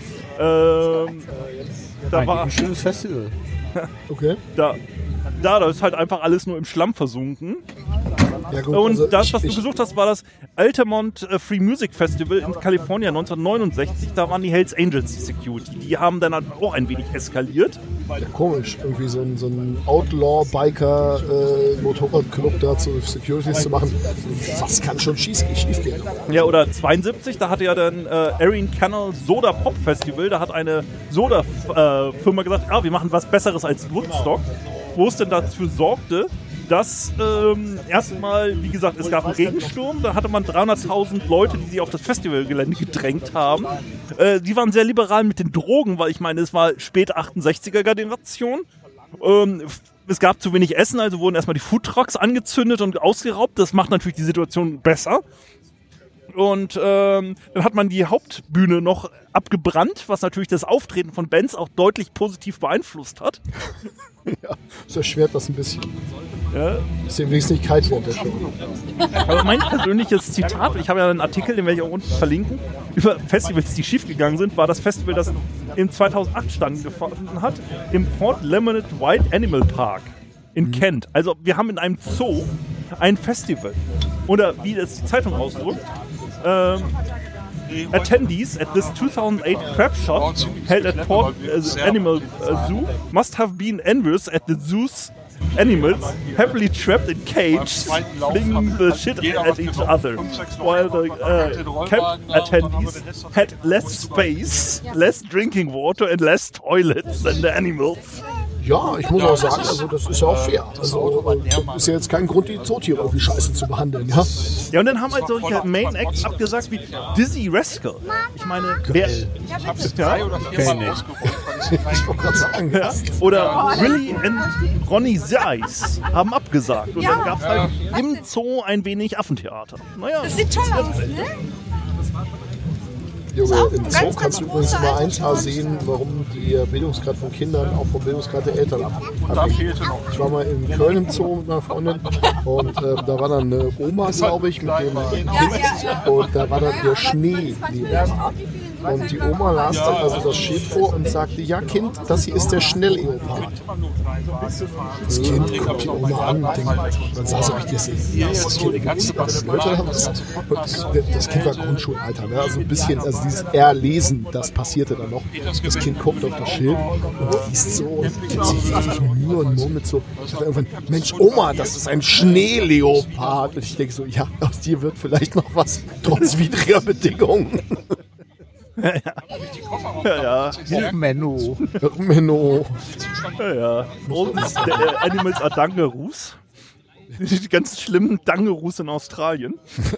Da war ein schönes Festival. Okay. Da ist halt einfach alles nur im Schlamm versunken. Ja, gut, Und also das, was du gesucht hast, war das Altamont Free Music Festival in Kalifornien 1969. Da waren die Hells Angels die Security. Die haben dann halt auch ein wenig eskaliert. Ja, komisch, irgendwie so ein Outlaw-Biker-Motorradclub da zu Securities zu machen. Was kann schon schief gehen? Ja, oder 72, da hatte ja dann Erin Canal Soda Pop Festival. Da hat eine Soda-Firma gesagt, wir machen was Besseres als Woodstock. Wo es denn dafür sorgte, dass erstmal, wie gesagt, es gab einen Regensturm, da hatte man 300.000 Leute, die sich auf das Festivalgelände gedrängt haben. Die waren sehr liberal mit den Drogen, weil ich meine, es war spät 68er-Generation. Es gab zu wenig Essen, also wurden erstmal die Foodtrucks angezündet und ausgeraubt. Das macht natürlich die Situation besser. Und dann hat man die Hauptbühne noch abgebrannt, was natürlich das Auftreten von Bands auch deutlich positiv beeinflusst hat. Ja, das erschwert das ein bisschen. Ja. Ist ja wenigstens nicht kalt wird. Aber mein persönliches Zitat, ich habe ja einen Artikel, den werde ich auch unten verlinken, über Festivals, die schiefgegangen sind, war das Festival, das im 2008 stattgefunden hat, im Port Lemonade Wild Animal Park in Kent. Also wir haben in einem Zoo ein Festival. Oder wie das die Zeitung ausdrückt, attendees at this 2008 crab shop held at Port Animal Zoo must have been envious at the zoo's animals happily trapped in cages, flinging the shit at each other, while the camp attendees had less space, less drinking water and less toilets than the animals. Ja, ich muss auch sagen, also das ist ja auch fair. Also ist ja jetzt kein Grund, die Zootiere irgendwie scheiße zu behandeln, ja? Ja, und dann haben halt solche Main Acts abgesagt wie Dizzy Rascal. Ich meine, wer... Ich habe es 3 oder 4 Mal ausgerollt. Ich wollte gerade sagen. Ja. Oder Willy und Ronny Zeiss haben abgesagt. Und dann gab es halt im Zoo ein wenig Affentheater. Naja. Das sieht toll aus, ne? Junge, im Zoo kannst du übrigens immer 1A sehen, warum der Bildungsgrad von Kindern auch vom Bildungsgrad der Eltern abhängt. Ich war mal in Köln im Zoo mit meiner Freundin und da war dann eine Oma, glaube ich, mit dem Kind und da war dann der Schnee neben. Und die Oma las dann also das Schild vor und sagte, ja Kind, das hier ist der Schnellleopard. Das Kind guckt die Oma an und denkt, man sah so richtig, das Kind war Grundschulalter, ne? Also ein bisschen, also dieses Erlesen, das passierte dann noch. Das Kind guckt auf das Schild und liest so und gibt sich richtig Mühe und murmelt so. Und irgendwann, Mensch Oma, das ist ein Schneeleopard. Und ich denke so, ja, aus dir wird vielleicht noch was, trotz widriger Bedingungen. Ja. Menno. Ja. Und der Animals are Dangerous. Die ganz schlimmen Dangerous in Australien.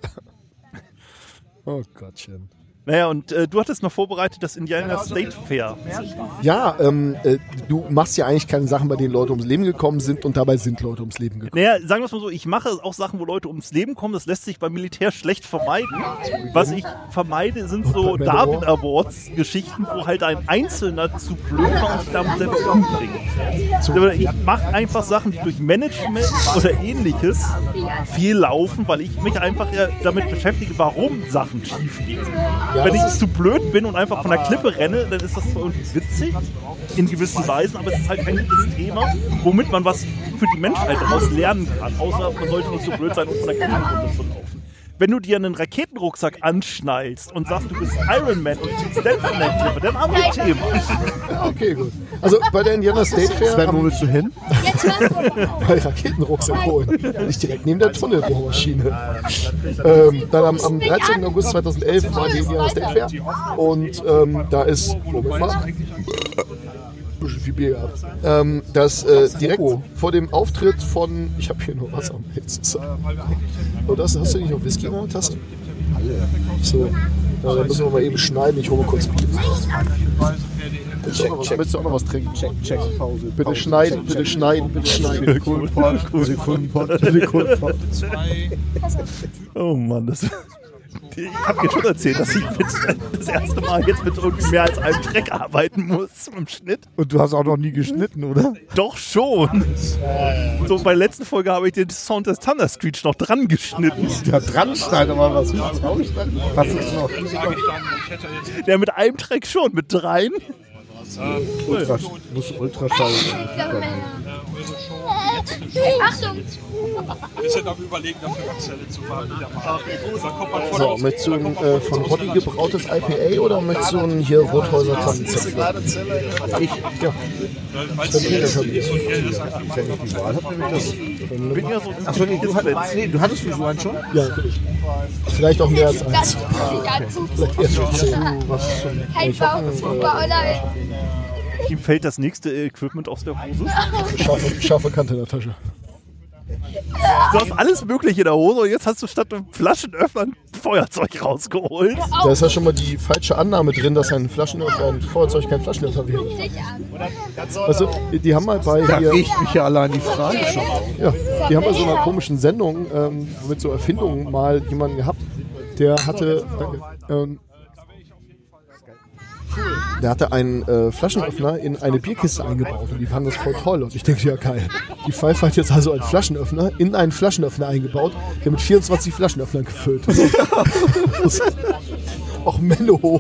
Oh Gottchen. Naja, und du hattest noch vorbereitet das Indiana State Fair. Ja, du machst ja eigentlich keine Sachen, bei denen Leute ums Leben gekommen sind und dabei sind Leute ums Leben gekommen. Naja, sagen wir es mal so, ich mache auch Sachen, wo Leute ums Leben kommen. Das lässt sich beim Militär schlecht vermeiden. Was ich vermeide, sind so Darwin Awards Geschichten, wo halt ein Einzelner zu blöd war und sich damit selber umbringt. Ich mache einfach Sachen, die durch Management oder ähnliches viel laufen, weil ich mich einfach damit beschäftige, warum Sachen schief gehen. Ja, wenn ich zu blöd bin und einfach von der Klippe renne, dann ist das zwar irgendwie witzig, in gewissen Weisen, aber es ist halt kein gutes Thema, womit man was für die Menschheit daraus lernen kann. Außer man sollte nicht so blöd sein, um von der Klippe runterzulaufen. Wenn du dir einen Raketenrucksack anschnallst und sagst, du bist Iron Man und ziehst dann von der Klippe, dann haben wir ein Thema. Okay, gut. Also bei der Indiana State Fair... Sven, wo willst du hin? Bei Raketenrucksack holen. Nicht direkt neben der Tunnelbohrmaschine. Dann am 13. August 2011 war die Indiana State Fair. Und da ist... Moment mal. Bisschen viel Bier gehabt. Das direkt vor dem Auftritt von... Ich habe hier nur Wasser am Hals. Oh, hast du nicht noch Whisky in der Tasse? Alle. So, dann müssen wir mal eben schneiden. Ich hole mal kurz Bier. Willst du auch noch was trinken? Check, Pause. Bitte schneiden, bitte schneiden, bitte schneiden. Sekundenpot. Oh Mann, das... Ich habe dir schon erzählt, dass ich das erste Mal jetzt mit irgendwie mehr als einem Track arbeiten muss im Schnitt. Und du hast auch noch nie geschnitten, oder? Doch schon. So, bei der letzten Folge habe ich den Sound des Thunder Screech noch dran geschnitten. Ja, dran schneiden, aber was ist rausschneiden? Was ist noch? Der mit einem Track schon, mit 3. Ultraschall. Achtung! Wir sind am Überlegen, dafür Gazelle zu fahren. So, möchtest du ein von Hoddy gebrautes IPA oder möchtest du ein hier Rothäuser Tannenzäpfle? Ich? Ja. Achso, nee, du hattest so einen schon? Ja, natürlich. Vielleicht auch mehr als eins. Vielleicht erst schon 10. Ich habe Ihm fällt das nächste Equipment aus der Hose. Scharfe Kante in der Tasche. Du hast alles Mögliche in der Hose und jetzt hast du statt einem Flaschenöffner ein Feuerzeug rausgeholt. Da ist ja schon mal die falsche Annahme drin, dass ein Feuerzeug kein Flaschenöffner wäre. Also, die haben mal bei Da hier, riecht mich ja allein die Frage schon. ja, die haben bei so einer komischen Sendung mit so Erfindungen mal jemanden gehabt, der hatte einen Flaschenöffner in eine Bierkiste eingebaut und die fanden das voll toll. Und ich denke, ja geil. Die Pfeife hat jetzt also einen Flaschenöffner in einen Flaschenöffner eingebaut, der mit 24 Flaschenöffnern gefüllt ist. Och Menno.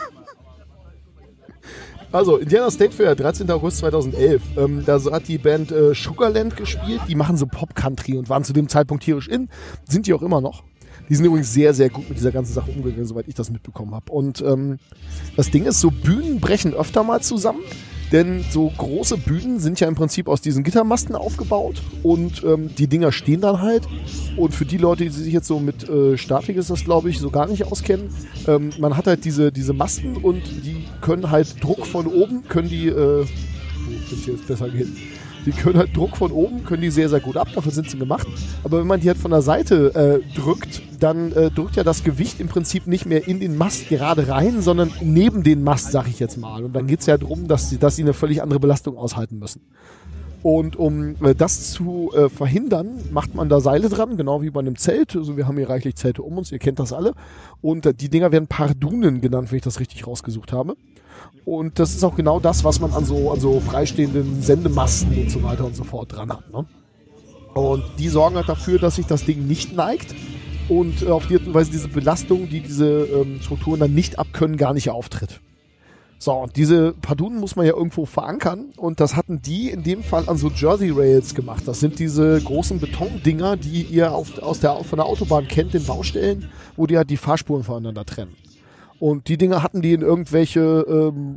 Also, Indiana State Fair, 13. August 2011. Da hat die Band Sugarland gespielt. Die machen so Pop-Country und waren zu dem Zeitpunkt tierisch in. Sind die auch immer noch. Die sind übrigens sehr, sehr gut mit dieser ganzen Sache umgegangen, soweit ich das mitbekommen habe. Und das Ding ist, so Bühnen brechen öfter mal zusammen, denn so große Bühnen sind ja im Prinzip aus diesen Gittermasten aufgebaut und die Dinger stehen dann halt. Und für die Leute, die sich jetzt so mit Statik ist das, glaube ich, so gar nicht auskennen, man hat halt diese Masten und die können halt Druck von oben, können die wenn es jetzt besser geht. Die können halt Druck von oben, können die sehr, sehr gut ab, dafür sind sie gemacht. Aber wenn man die halt von der Seite drückt, dann drückt ja das Gewicht im Prinzip nicht mehr in den Mast gerade rein, sondern neben den Mast, sag ich jetzt mal. Und dann geht es ja darum, dass sie eine völlig andere Belastung aushalten müssen. Und um das zu verhindern, macht man da Seile dran, genau wie bei einem Zelt. Also wir haben hier reichlich Zelte um uns, ihr kennt das alle. Und die Dinger werden Pardunen genannt, wenn ich das richtig rausgesucht habe. Und das ist auch genau das, was man an so freistehenden Sendemasten und so weiter und so fort dran hat. Ne? Und die sorgen halt dafür, dass sich das Ding nicht neigt und auf die Art und Weise diese Belastung, die diese Strukturen dann nicht abkönnen, gar nicht auftritt. So, und diese Pardunen muss man ja irgendwo verankern und das hatten die in dem Fall an so Jersey Rails gemacht. Das sind diese großen Betondinger, die ihr von der Autobahn kennt, den Baustellen, wo die halt die Fahrspuren voneinander trennen. Und die Dinger hatten die in irgendwelche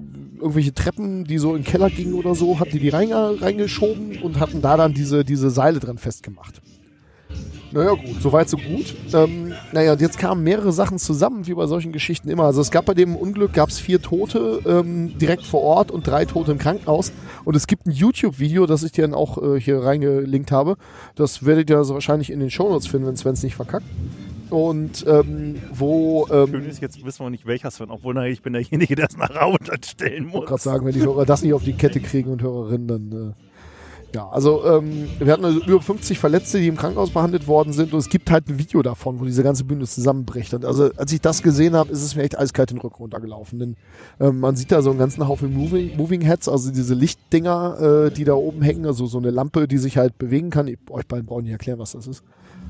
Treppen, die so in den Keller gingen oder so, hatten die reingeschoben und hatten da dann diese Seile dran festgemacht. Naja gut, soweit so gut. Und jetzt kamen mehrere Sachen zusammen, wie bei solchen Geschichten immer. Also es gab bei dem Unglück 4 Tote direkt vor Ort und 3 Tote im Krankenhaus. Und es gibt ein YouTube-Video, das ich dir dann auch hier reingelinkt habe. Das werdet ihr also wahrscheinlich in den Shownotes finden, wenn Sven's nicht verkackt. Und Schön ist, jetzt wissen wir nicht welcher Sven, obwohl ich bin derjenige, der es nachher unterstellen muss. Ich wollte gerade sagen, wenn die Hörer das nicht auf die Kette kriegen und Hörerinnen, dann ja, also wir hatten also über 50 Verletzte, die im Krankenhaus behandelt worden sind und es gibt halt ein Video davon, wo diese ganze Bühne zusammenbricht. Und also als ich das gesehen habe, ist es mir echt eiskalt den Rücken runtergelaufen. Denn man sieht da so einen ganzen Haufen Moving Heads, also diese Lichtdinger, die da oben hängen, also so eine Lampe, die sich halt bewegen kann. Euch beiden brauchen nicht erklären, was das ist.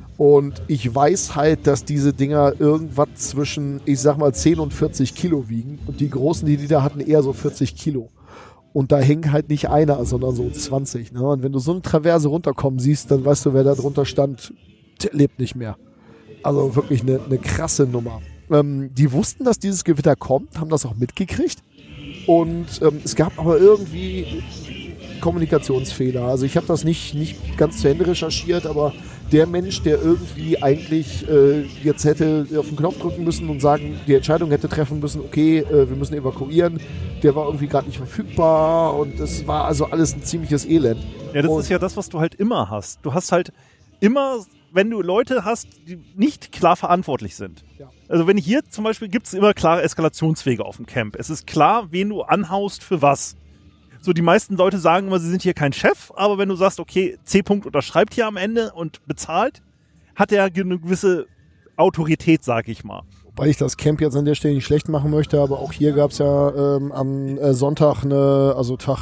Und ich weiß halt, dass diese Dinger irgendwas zwischen, ich sag mal, 10 und 40 Kilo wiegen. Und die großen, die da hatten, eher so 40 Kilo. Und da hängt halt nicht einer, sondern so 20. Ne? Und wenn du so eine Traverse runterkommen siehst, dann weißt du, wer da drunter stand, der lebt nicht mehr. Also wirklich eine krasse Nummer. Die wussten, dass dieses Gewitter kommt, haben das auch mitgekriegt. Und es gab aber irgendwie Kommunikationsfehler. Also ich habe das nicht ganz zu Ende recherchiert, aber der Mensch, der irgendwie eigentlich jetzt hätte auf den Knopf drücken müssen und sagen, die Entscheidung hätte treffen müssen, okay, wir müssen evakuieren, der war irgendwie gerade nicht verfügbar und es war also alles ein ziemliches Elend. Ja, das ist ja das, was du halt immer hast. Du hast halt immer, wenn du Leute hast, die nicht klar verantwortlich sind. Ja. Also wenn hier zum Beispiel gibt es immer klare Eskalationswege auf dem Camp. Es ist klar, wen du anhaust für was. So, die meisten Leute sagen immer, sie sind hier kein Chef, aber wenn du sagst, okay, C. unterschreibt hier am Ende und bezahlt, hat er eine gewisse Autorität, sag ich mal. Wobei ich das Camp jetzt an der Stelle nicht schlecht machen möchte, aber auch hier gab es ja am Sonntag Tag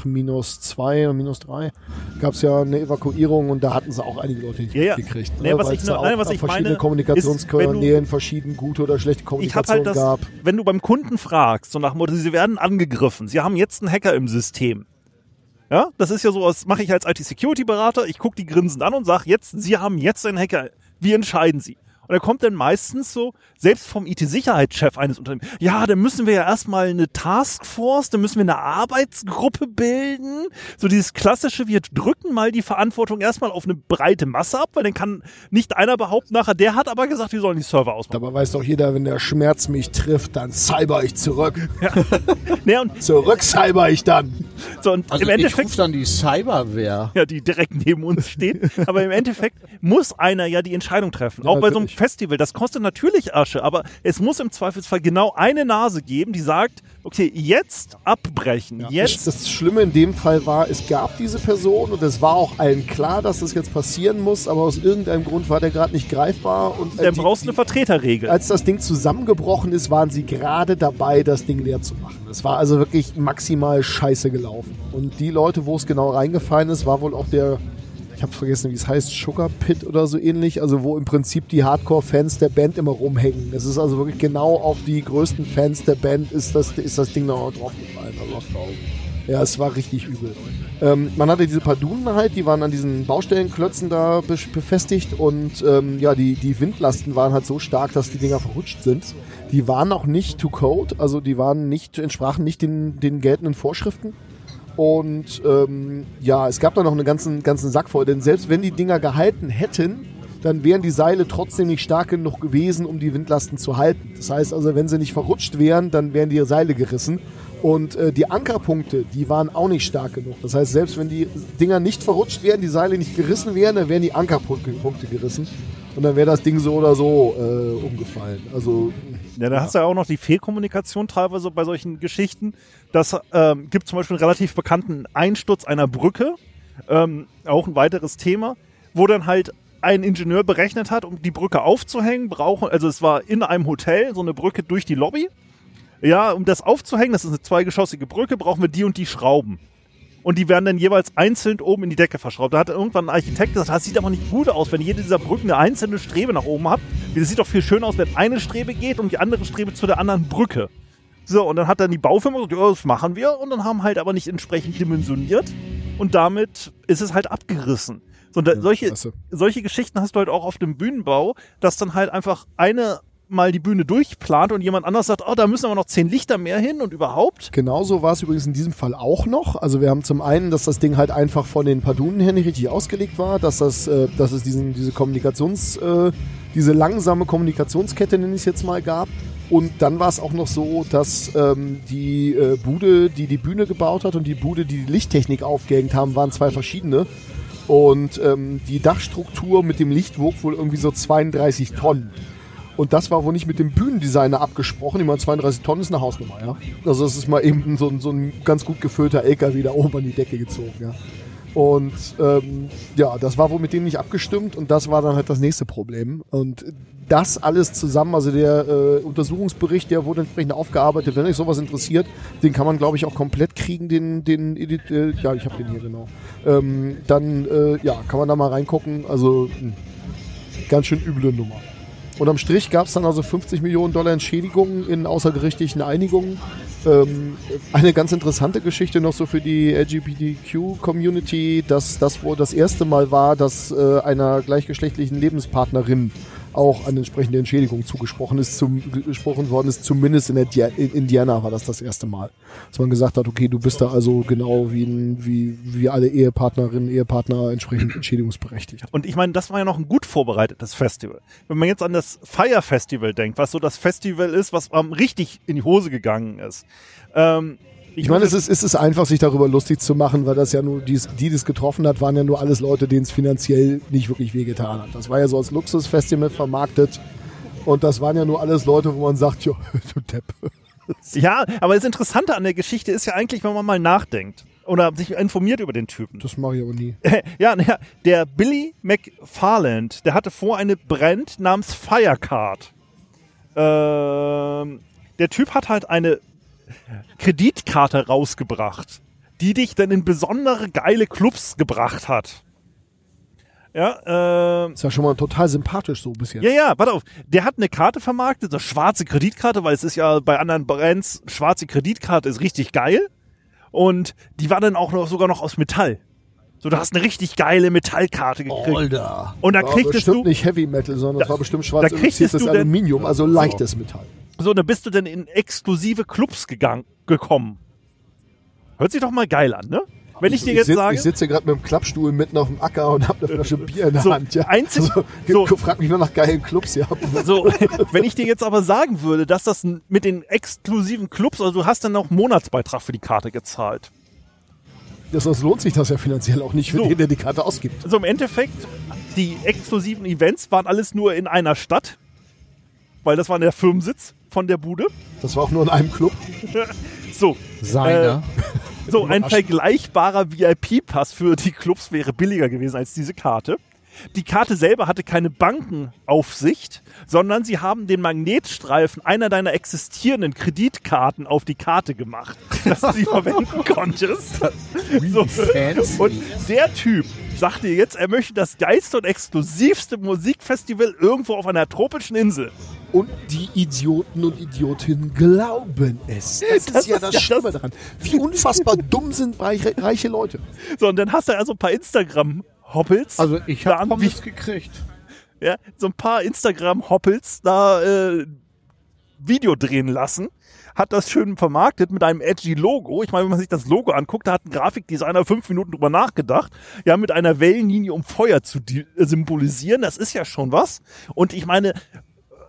-2 und -3, gab es ja eine Evakuierung und da hatten sie auch einige Leute nicht gekriegt. Nee, was ich meine, Kommunikationskanälen verschieden gute oder schlechte Kommunikation gab. Wenn du beim Kunden fragst, so nach dem Motto, sie werden angegriffen, sie haben jetzt einen Hacker im System. Ja, das ist ja so, das mache ich als IT-Security-Berater, ich gucke die grinsend an und sage, sie haben jetzt einen Hacker, wie entscheiden sie? Und er kommt dann meistens so, selbst vom IT-Sicherheitschef eines Unternehmens, ja, dann müssen wir ja erstmal eine Taskforce, dann müssen wir eine Arbeitsgruppe bilden. So dieses klassische, wir drücken mal die Verantwortung erstmal auf eine breite Masse ab, weil dann kann nicht einer behaupten nachher, der hat aber gesagt, wir sollen die Server ausmachen. Dabei weiß doch jeder, wenn der Schmerz mich trifft, dann cyber ich zurück. Ja. Nee, und zurück cyber ich dann. So, und also im Endeffekt ich rufe dann die Cyberwehr. Ja, die direkt neben uns steht. Aber im Endeffekt muss einer ja die Entscheidung treffen. Ja, auch bei so einem Festival, das kostet natürlich Asche, aber es muss im Zweifelsfall genau eine Nase geben, die sagt, okay, jetzt abbrechen, ja. Jetzt. Das Schlimme in dem Fall war, es gab diese Person und es war auch allen klar, dass das jetzt passieren muss, aber aus irgendeinem Grund war der gerade nicht greifbar. Und dann brauchst du eine Vertreterregel. Als das Ding zusammengebrochen ist, waren sie gerade dabei, das Ding leer zu machen. Es war also wirklich maximal scheiße gelaufen. Und die Leute, wo es genau reingefallen ist, war wohl auch der, ich habe vergessen, wie es heißt, Sugar Pit oder so ähnlich, also wo im Prinzip die Hardcore-Fans der Band immer rumhängen. Das ist also wirklich genau auf die größten Fans der Band ist das Ding noch draufgefallen. Also, ja, es war richtig übel. Man hatte diese Pardunen halt, die waren an diesen Baustellenklötzen da befestigt und die Windlasten waren halt so stark, dass die Dinger verrutscht sind. Die waren auch nicht to code, also die entsprachen nicht den geltenden Vorschriften. Und es gab da noch einen ganzen Sack voll, denn selbst wenn die Dinger gehalten hätten, dann wären die Seile trotzdem nicht stark genug gewesen, um die Windlasten zu halten. Das heißt also, wenn sie nicht verrutscht wären, dann wären die Seile gerissen Und die Ankerpunkte, die waren auch nicht stark genug. Das heißt, selbst wenn die Dinger nicht verrutscht wären, die Seile nicht gerissen wären, dann wären die Ankerpunkte gerissen. Und dann wäre das Ding so oder so umgefallen. Also ja, da hast du ja auch noch die Fehlkommunikation teilweise bei solchen Geschichten. Das gibt zum Beispiel einen relativ bekannten Einsturz einer Brücke, auch ein weiteres Thema, wo dann halt ein Ingenieur berechnet hat, um die Brücke aufzuhängen, also es war in einem Hotel, so eine Brücke durch die Lobby. Ja, um das aufzuhängen, das ist eine zweigeschossige Brücke, brauchen wir die und die Schrauben. Und die werden dann jeweils einzeln oben in die Decke verschraubt. Da hat irgendwann ein Architekt gesagt, das sieht aber nicht gut aus, wenn jede dieser Brücken eine einzelne Strebe nach oben hat. Das sieht doch viel schöner aus, wenn eine Strebe geht und die andere Strebe zu der anderen Brücke. So, und dann hat dann die Baufirma gesagt, ja, das machen wir. Und dann haben halt aber nicht entsprechend dimensioniert. Und damit ist es halt abgerissen. So, solche Geschichten hast du halt auch auf dem Bühnenbau, dass dann halt einfach mal die Bühne durchplant und jemand anders sagt, oh, da müssen aber noch 10 Lichter mehr hin und überhaupt. Genauso war es übrigens in diesem Fall auch noch. Also wir haben zum einen, dass das Ding halt einfach von den Pardunen her nicht richtig ausgelegt war, dass es diese langsame Kommunikationskette, nenne ich es jetzt mal, gab. Und dann war es auch noch so, dass die Bude, die die Bühne gebaut hat und die Bude, die die Lichttechnik aufgehängt haben, waren 2 verschiedene. Und die Dachstruktur mit dem Licht wog wohl irgendwie so 32 Tonnen. Und das war wohl nicht mit dem Bühnendesigner abgesprochen. Ich meine, 32 Tonnen ist eine Hausnummer, ja. Also das ist mal eben so ein ganz gut gefüllter LKW da oben an die Decke gezogen, ja. Und das war wohl mit denen nicht abgestimmt und das war dann halt das nächste Problem. Und das alles zusammen, also der Untersuchungsbericht, der wurde entsprechend aufgearbeitet. Wenn euch sowas interessiert, den kann man, glaube ich, auch komplett kriegen, ich habe den hier, genau. Kann man da mal reingucken. Also ganz schön üble Nummer. Und am Strich gab es dann also $50 Millionen Entschädigungen in außergerichtlichen Einigungen. Eine ganz interessante Geschichte noch so für die LGBTQ-Community, dass das wohl das erste Mal war, dass einer gleichgeschlechtlichen Lebenspartnerin auch eine entsprechende Entschädigung zugesprochen worden ist. Zumindest in Indiana war das erste Mal. Dass man gesagt hat, okay, du bist da also genau wie alle Ehepartnerinnen, Ehepartner entsprechend entschädigungsberechtigt. Und ich meine, das war ja noch ein gut vorbereitetes Festival. Wenn man jetzt an das Fire Festival denkt, was so das Festival ist, was richtig in die Hose gegangen ist. Ich meine, es ist einfach, sich darüber lustig zu machen, weil das ja nur, die das getroffen hat, waren ja nur alles Leute, denen es finanziell nicht wirklich wehgetan hat. Das war ja so als Luxusfestival vermarktet und das waren ja nur alles Leute, wo man sagt, jo, du Depp. Ja, aber das Interessante an der Geschichte ist ja eigentlich, wenn man mal nachdenkt oder sich informiert über den Typen. Das mache ich aber nie. Ja, der Billy McFarland, der hatte vor eine Brand namens Firecard. Der Typ hat halt eine Kreditkarte rausgebracht, die dich dann in besondere geile Clubs gebracht hat. Ja, ist ja schon mal total sympathisch so bis jetzt. Ja, warte auf. Der hat eine Karte vermarktet, eine schwarze Kreditkarte, weil es ist ja bei anderen Brands, schwarze Kreditkarte ist richtig geil. Und die war dann auch sogar noch aus Metall. So, du hast eine richtig geile Metallkarte gekriegt. Alter. Und da kriegtest du nicht Heavy Metal, sondern das war bestimmt schwarz induziertes Aluminium, also leichtes Metall. So, da bist du dann in exklusive Clubs gekommen. Hört sich doch mal geil an, ne? Wenn ich dir jetzt sage... Ich sitze gerade mit dem Klappstuhl mitten auf dem Acker und habe eine Flasche Bier in der Hand. Ja. Frag mich nur nach geilen Clubs, ja. So, wenn ich dir jetzt aber sagen würde, dass das mit den exklusiven Clubs, also du hast dann auch Monatsbeitrag für die Karte gezahlt. Das lohnt sich das ja finanziell auch nicht für den, der die Karte ausgibt. Also im Endeffekt, die exklusiven Events waren alles nur in einer Stadt, weil das war der Firmensitz von der Bude. Das war auch nur in einem Club. So. Seiner. So, ein vergleichbarer VIP-Pass für die Clubs wäre billiger gewesen als diese Karte. Die Karte selber hatte keine Bankenaufsicht, sondern sie haben den Magnetstreifen einer deiner existierenden Kreditkarten auf die Karte gemacht, dass du sie verwenden konntest. So. Und der Typ sagt dir jetzt, er möchte das geilste und exklusivste Musikfestival irgendwo auf einer tropischen Insel. Und die Idioten und Idiotinnen glauben es. Das ist ja das Schlimme daran. Wie unfassbar dumm sind reiche Leute. So, und dann hast du also ein paar Instagram-Hoppels. Also ich habe Pommes gekriegt. Ja, so ein paar Instagram-Hoppels da Video drehen lassen. Hat das schön vermarktet mit einem edgy Logo. Ich meine, wenn man sich das Logo anguckt, da hat ein Grafikdesigner 5 Minuten drüber nachgedacht, ja, mit einer Wellenlinie, um Feuer zu symbolisieren. Das ist ja schon was. Und ich meine,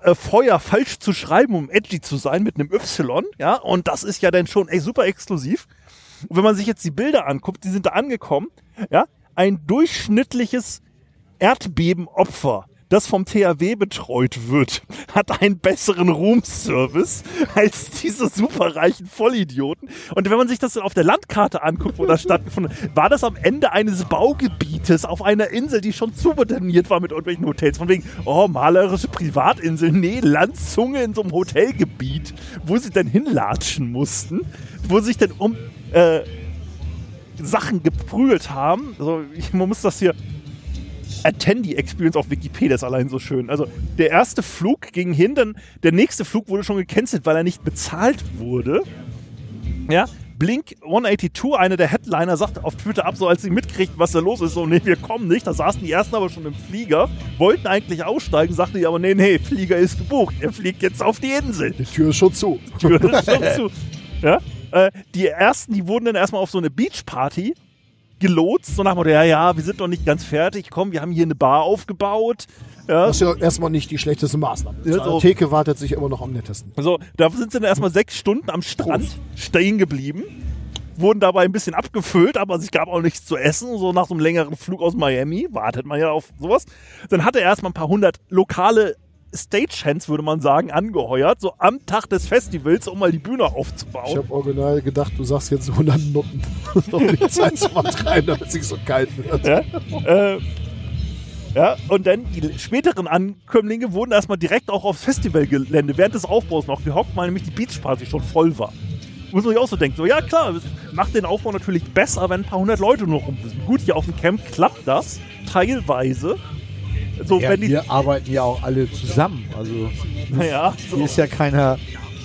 Feuer falsch zu schreiben, um edgy zu sein, mit einem Y, ja, und das ist ja dann schon super exklusiv. Und wenn man sich jetzt die Bilder anguckt, die sind da angekommen, ja, ein durchschnittliches Erdbebenopfer, das vom THW betreut wird, hat einen besseren Roomservice als diese superreichen Vollidioten. Und wenn man sich das dann auf der Landkarte anguckt, wo das stattgefunden hat, war das am Ende eines Baugebietes auf einer Insel, die schon zubetoniert war mit irgendwelchen Hotels. Von wegen, oh, malerische Privatinsel. Nee, Landzunge in so einem Hotelgebiet, wo sie dann hinlatschen mussten, wo sich dann um Sachen geprügelt haben. Also, man muss das hier... Attendee-Experience auf Wikipedia ist allein so schön. Also der erste Flug ging hin, dann der nächste Flug wurde schon gecancelt, weil er nicht bezahlt wurde. Ja, Blink 182, einer der Headliner, sagt auf Twitter ab, so als sie mitkriegten, was da los ist, so, nee, wir kommen nicht. Da saßen die ersten aber schon im Flieger, wollten eigentlich aussteigen, sagten die aber, nee, Flieger ist gebucht, er fliegt jetzt auf die Insel. Die Tür ist schon zu. Ja, die ersten, die wurden dann erstmal auf so eine Beachparty gelotst, so nach dem Motto, ja, wir sind noch nicht ganz fertig, komm, wir haben hier eine Bar aufgebaut. Ja. Das ist ja erstmal nicht die schlechteste Maßnahme. Ja, so. Theke wartet sich immer noch am nettesten. Also, da sind sie dann erstmal 6 Stunden am Strand stehen geblieben, wurden dabei ein bisschen abgefüllt, aber es gab auch nichts zu essen, so nach so einem längeren Flug aus Miami, wartet man ja auf sowas. Dann hat er erstmal ein paar 100 lokale Stagehands, würde man sagen, angeheuert, so am Tag des Festivals, um mal die Bühne aufzubauen. Ich habe original gedacht, du sagst jetzt 100 Nutten. Noch die Zeit zu vertreiben, damit es nicht so kalt wird. Ja, und dann die späteren Ankömmlinge wurden erstmal direkt auch aufs Festivalgelände während des Aufbaus noch gehockt, weil nämlich die Beachparty schon voll war. Muss man sich auch so denken, so, ja klar, das macht den Aufbau natürlich besser, wenn ein paar 100 Leute nur rum sind. Gut, hier auf dem Camp klappt das, teilweise. So, ja, wenn die wir arbeiten ja auch alle zusammen, also so. Hier ist ja keiner...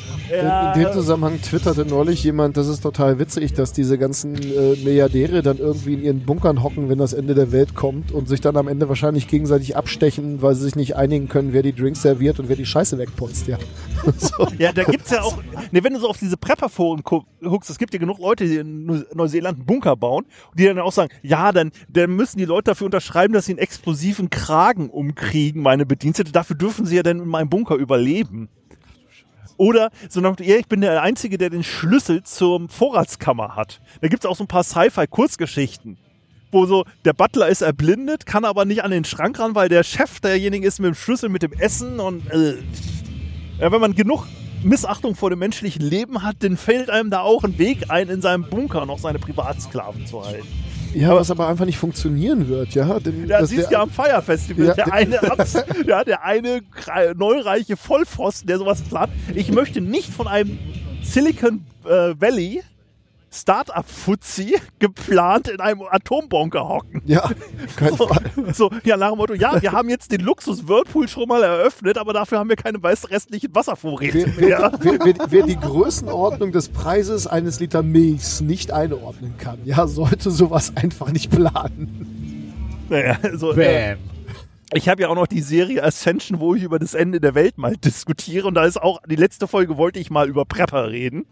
In dem Zusammenhang twitterte neulich jemand, das ist total witzig, dass diese ganzen Milliardäre dann irgendwie in ihren Bunkern hocken, wenn das Ende der Welt kommt und sich dann am Ende wahrscheinlich gegenseitig abstechen, weil sie sich nicht einigen können, wer die Drinks serviert und wer die Scheiße wegputzt, ja. So. Ja, da gibt's ja auch, wenn du so auf diese Prepper-Foren guckst, es gibt ja genug Leute, die in Neuseeland einen Bunker bauen, die dann auch sagen, ja, dann müssen die Leute dafür unterschreiben, dass sie einen explosiven Kragen umkriegen, meine Bedienstete, dafür dürfen sie ja dann in meinem Bunker überleben. Oder so nach, ich bin der Einzige, der den Schlüssel zur Vorratskammer hat. Da gibt es auch so ein paar Sci-Fi-Kurzgeschichten, wo so der Butler ist erblindet, kann aber nicht an den Schrank ran, weil der Chef derjenige ist mit dem Schlüssel, mit dem Essen und ja, wenn man genug Missachtung vor dem menschlichen Leben hat, dann fällt einem da auch ein Weg ein, in seinem Bunker noch seine Privatsklaven zu halten. Ja, was aber einfach nicht funktionieren wird, ja. Das siehst du ja am Fire Festival. Ja, der eine neureiche Vollpfosten, der sowas plant. Ich möchte nicht von einem Silicon Valley Start-up-Fuzzi geplant in einem Atombunker hocken. Ja, kein Fall. So, ja, nach dem Motto, ja, wir haben jetzt den Luxus-Whirlpool schon mal eröffnet, aber dafür haben wir keine restlichen Wasservorräte. Wer die Größenordnung des Preises eines Liter Milchs nicht einordnen kann, ja, sollte sowas einfach nicht planen. Naja, so, ich habe ja auch noch die Serie Ascension, wo ich über das Ende der Welt mal diskutiere und da ist auch, die letzte Folge wollte ich mal über Prepper reden.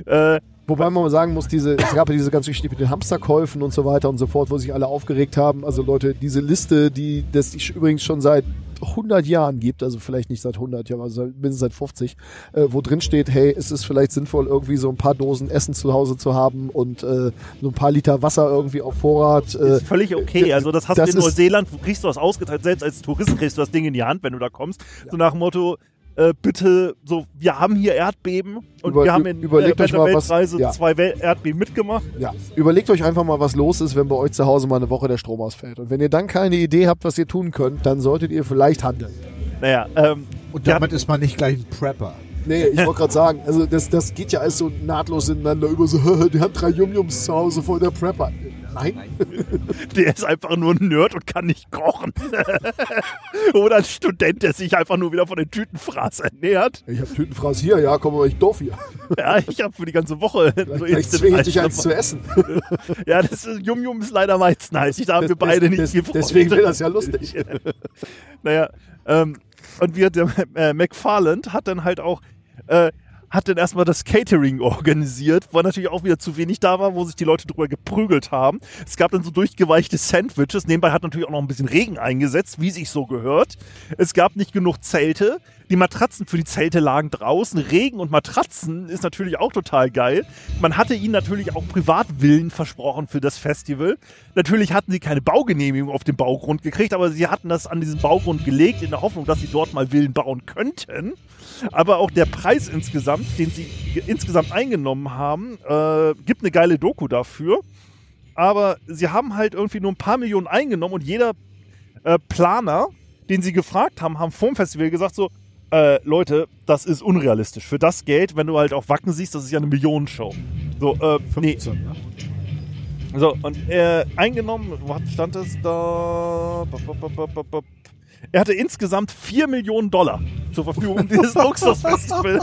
Wobei man mal sagen muss, es gab ja diese ganze Geschichte mit den Hamsterkäufen und so weiter und so fort, wo sich alle aufgeregt haben. Also Leute, diese Liste, die übrigens schon seit 100 Jahren gibt, also vielleicht nicht seit 100 Jahren, also mindestens seit 50, wo drin steht, hey, es ist vielleicht sinnvoll, irgendwie so ein paar Dosen Essen zu Hause zu haben und so ein paar Liter Wasser irgendwie auf Vorrat. Ist völlig okay, also das hast du in Neuseeland, kriegst du das ausgeteilt, selbst als Tourist kriegst du das Ding in die Hand, wenn du da kommst, so nach dem Motto, bitte, so, wir haben hier Erdbeben und wir haben in der Weltreise 2 Erdbeben mitgemacht. Ja, überlegt euch einfach mal, was los ist, wenn bei euch zu Hause mal eine Woche der Strom ausfällt. Und wenn ihr dann keine Idee habt, was ihr tun könnt, dann solltet ihr vielleicht handeln. Naja, und damit ist man nicht gleich ein Prepper. Nee, ich wollte gerade sagen, also das geht ja alles so nahtlos ineinander über so, die haben 3 Yum-Yums zu Hause vor der Prepper. Nein. Der ist einfach nur ein Nerd und kann nicht kochen. Oder ein Student, der sich einfach nur wieder von den Tütenfraß ernährt. Ich habe Tütenfraß hier, ja, komm mal, ich doof hier. Ja, ich habe für die ganze Woche vielleicht zwinge ich dich eins zu essen. Ja, das Yum-Yum ist leider weizenhaltig, da haben wir beide nicht gefreut. Deswegen wäre das ja lustig. Naja, und der McFarland hat dann halt auch hat dann erstmal das Catering organisiert, wo natürlich auch wieder zu wenig da war, wo sich die Leute drüber geprügelt haben. Es gab dann so durchgeweichte Sandwiches. Nebenbei hat natürlich auch noch ein bisschen Regen eingesetzt, wie sich so gehört. Es gab nicht genug Zelte. Die Matratzen für die Zelte lagen draußen. Regen und Matratzen ist natürlich auch total geil. Man hatte ihnen natürlich auch Privatvillen versprochen für das Festival. Natürlich hatten sie keine Baugenehmigung auf dem Baugrund gekriegt, aber sie hatten das an diesen Baugrund gelegt, in der Hoffnung, dass sie dort mal Villen bauen könnten. Aber auch der Preis insgesamt, den sie insgesamt eingenommen haben, gibt eine geile Doku dafür. Aber sie haben halt irgendwie nur ein paar Millionen eingenommen und jeder Planer, den sie gefragt haben, haben vor dem Festival gesagt so, Leute, das ist unrealistisch. Für das Geld, wenn du halt auch Wacken siehst, das ist ja eine Millionenshow. So, 15, nee. Ne? So, und eingenommen, wo stand das da? Er hatte insgesamt $4 Millionen zur Verfügung, um dieses Luxusfestival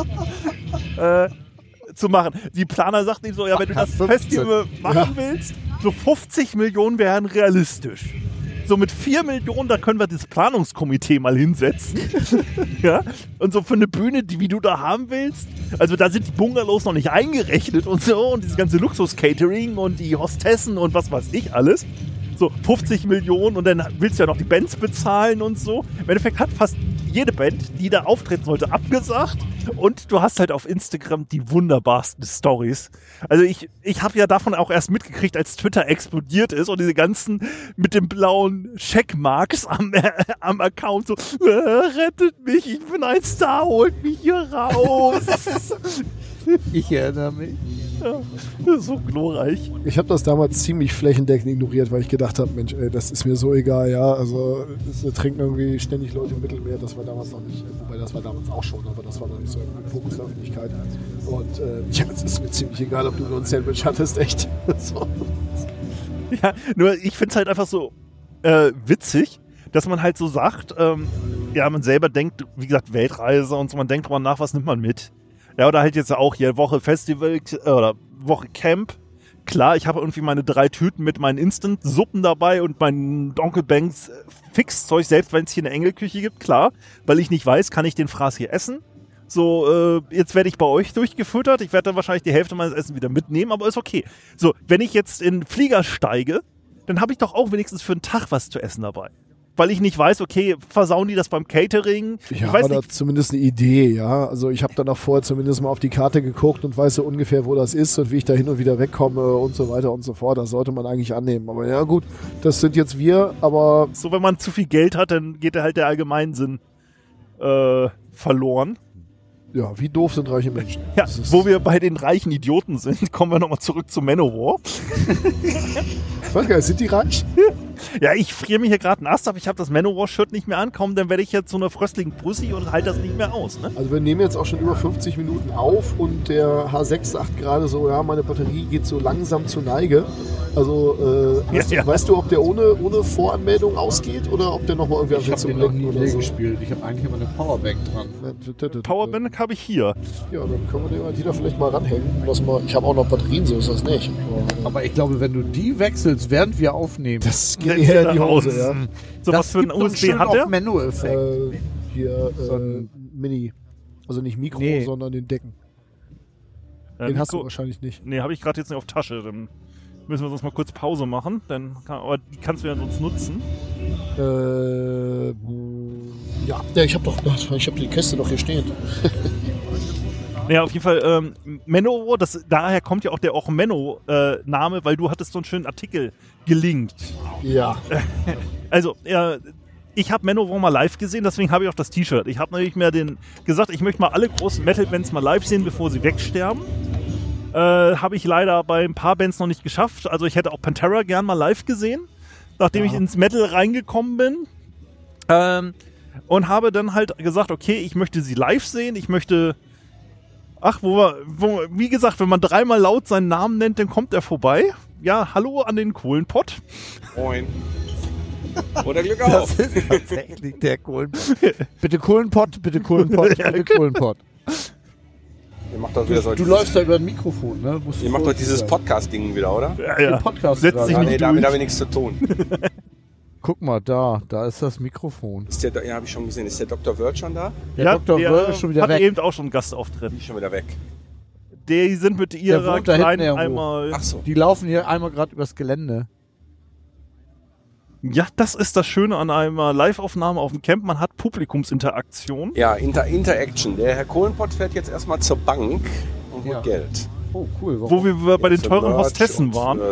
zu machen. Die Planer sagten ihm so, ja, wenn du das Festival machen willst, so 50 Millionen wären realistisch. So mit 4 Millionen, da können wir das Planungskomitee mal hinsetzen. Ja? Und so für eine Bühne, wie du da haben willst, also da sind die Bungalows noch nicht eingerechnet und so und dieses ganze Luxus-Catering und die Hostessen und was weiß ich alles. So 50 Millionen und dann willst du ja noch die Bands bezahlen und so. Im Endeffekt hat fast jede Band, die da auftreten sollte, abgesagt. Und du hast halt auf Instagram die wunderbarsten Stories. Also ich habe ja davon auch erst mitgekriegt, als Twitter explodiert ist und diese ganzen mit den blauen Checkmarks am Account so, rettet mich, ich bin ein Star, holt mich hier raus. Ich erinnere mich. Ja, das ist so glorreich. Ich habe das damals ziemlich flächendeckend ignoriert, weil ich gedacht habe, Mensch, ey, das ist mir so egal, ja. Also es trinken irgendwie ständig Leute im Mittelmeer, das war damals noch nicht, wobei das war damals auch schon, aber das war noch nicht so im Fokus der Öffentlichkeit. Und ja, es ist mir ziemlich egal, ob du nur ein Sandwich hattest, echt. So. Ja, nur ich finde es halt einfach so witzig, dass man halt so sagt, ja, man selber denkt, wie gesagt, Weltreise und so, man denkt drüber nach, was nimmt man mit? Ja, oder halt jetzt auch hier Woche Festival oder Woche Camp. Klar, ich habe irgendwie meine 3 Tüten mit meinen Instant-Suppen dabei und meinen Onkel Banks Fixzeug, selbst wenn es hier eine Engelküche gibt, klar. Weil ich nicht weiß, kann ich den Fraß hier essen? So, jetzt werde ich bei euch durchgefüttert. Ich werde dann wahrscheinlich die Hälfte meines Essens wieder mitnehmen, aber ist okay. So, wenn ich jetzt in den Flieger steige, dann habe ich doch auch wenigstens für einen Tag was zu essen dabei. Weil ich nicht weiß, okay, versauen die das beim Catering? Ja, ich weiß oder nicht. zumindest eine Idee, ja. Also ich habe dann auch vorher zumindest mal auf die Karte geguckt und weiß so ungefähr, wo das ist und wie ich da hin und wieder wegkomme und so weiter und so fort. Das sollte man eigentlich annehmen. Aber ja gut, das sind jetzt wir, aber... So, wenn man zu viel Geld hat, dann geht halt der Allgemeinsinn verloren. Ja, wie doof sind reiche Menschen. Ja, wo wir bei den reichen Idioten sind, kommen wir nochmal zurück zu Manowar. Ich weiß gar nicht, sind die reich? Ja, ich friere mir hier gerade einen Ast ab. Ich habe das Manowar-Shirt nicht mehr ankommen, dann werde ich jetzt so eine fröstlichen Pussy und halte das nicht mehr aus. Ne? Also wir nehmen jetzt auch schon über 50 Minuten auf und der H6 sagt gerade so, ja, meine Batterie geht so langsam zur Neige. Also weißt du, ob der ohne Voranmeldung ausgeht oder ob der nochmal irgendwie anfängt zu lenken oder so? Gespielt. Ich habe eigentlich immer eine Powerbank dran. Powerbank habe ich hier. Ja, dann können wir den halt vielleicht mal ranhängen. Ich habe auch noch Batterien, so ist das nicht. Aber ich glaube, wenn du die wechselst, während wir aufnehmen, das geht eher in die Hose, ja. So, was für ein USB hat der? Manual-Effekt. Hier, so ein Mini. Also nicht Mikro, sondern den Decken. Den Mikro hast du wahrscheinlich nicht. Nee, habe ich gerade jetzt nicht auf Tasche. Dann müssen wir sonst mal kurz Pause machen. Aber die kannst du ja sonst nutzen. Ja, ich habe die Käste doch hier stehen. Ja, auf jeden Fall, Manowar, daher kommt ja auch der Menno-Name, weil du hattest so einen schönen Artikel gelinkt. Ja. Also, ich habe Manowar mal live gesehen, deswegen habe ich auch das T-Shirt. Ich habe natürlich mir gesagt, ich möchte mal alle großen Metal-Bands mal live sehen, bevor sie wegsterben. Habe ich leider bei ein paar Bands noch nicht geschafft. Also ich hätte auch Pantera gern mal live gesehen, nachdem ich ins Metal reingekommen bin. Und habe dann halt gesagt, okay, ich möchte sie live sehen, ich möchte... wie gesagt, wenn man 3-mal laut seinen Namen nennt, dann kommt er vorbei. Ja, hallo an den Kohlenpott. Moin. Oder Glück auf. Das ist tatsächlich der Kohlenpott. Bitte Kohlenpott, bitte Kohlenpott, bitte Kohlenpott. Ihr macht doch wieder du läufst da über ein Mikrofon, ne? Ihr macht doch dieses Podcast-Ding wieder, oder? Ja. Podcast Setzt sich nicht damit habe ich nichts zu tun. guck mal, da ist das Mikrofon. Ist der, ja, habe ich schon gesehen. Ist der Dr. Wörth schon da? Der Dr. Wörth ist schon wieder hat weg. eben auch schon einen Gastauftritt. Die ist schon wieder weg. Die sind mit ihrer wohnt da hinten kleinen irgendwo. einmal... Ach so. Die laufen hier einmal gerade übers Gelände. Ja, das ist das Schöne an einer Live-Aufnahme auf dem Camp. Man hat Publikumsinteraktion. Ja, Interaction. Der Herr Kohlenpott fährt jetzt erstmal zur Bank und holt Geld. Oh, cool. Warum? Wo wir bei den Für teuren Merch Hostessen und waren.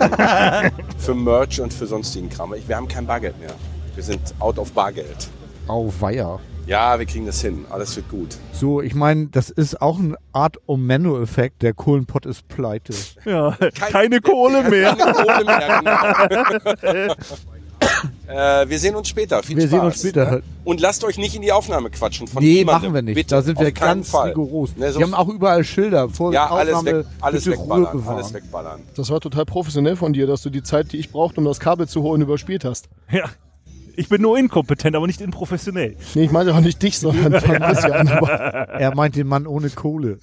Für Merch und für sonstigen Kram. Wir haben kein Bargeld mehr. Wir sind out of Bargeld. Auweia. Ja, wir kriegen das hin. Alles wird gut. So, ich meine, das ist auch eine Art Omeno-Effekt. Der Kohlenpott ist pleite. Ja, keine Kohle mehr. Keine Kohle mehr, genau. Wir sehen uns später. Viel Wir Spaß. sehen uns später. Ne? Und lasst euch nicht in die Aufnahme quatschen. Von Nee, niemandem. machen wir nicht. Bitte, Da sind wir auf keinen ganz Fall. rigoros. Ne, so Die haben auch überall Schilder. Vor ja, alles, Aufnahme alles bitte Ruhe wegballern. bewahren. Alles wegballern. Das war total professionell von dir, dass du die Zeit, die ich brauchte, um das Kabel zu holen, überspielt hast. Ja. Ich bin nur inkompetent, aber nicht inprofessionell. Nee, ich meinte auch nicht dich, sondern Christian. Aber Er meint den Mann ohne Kohle.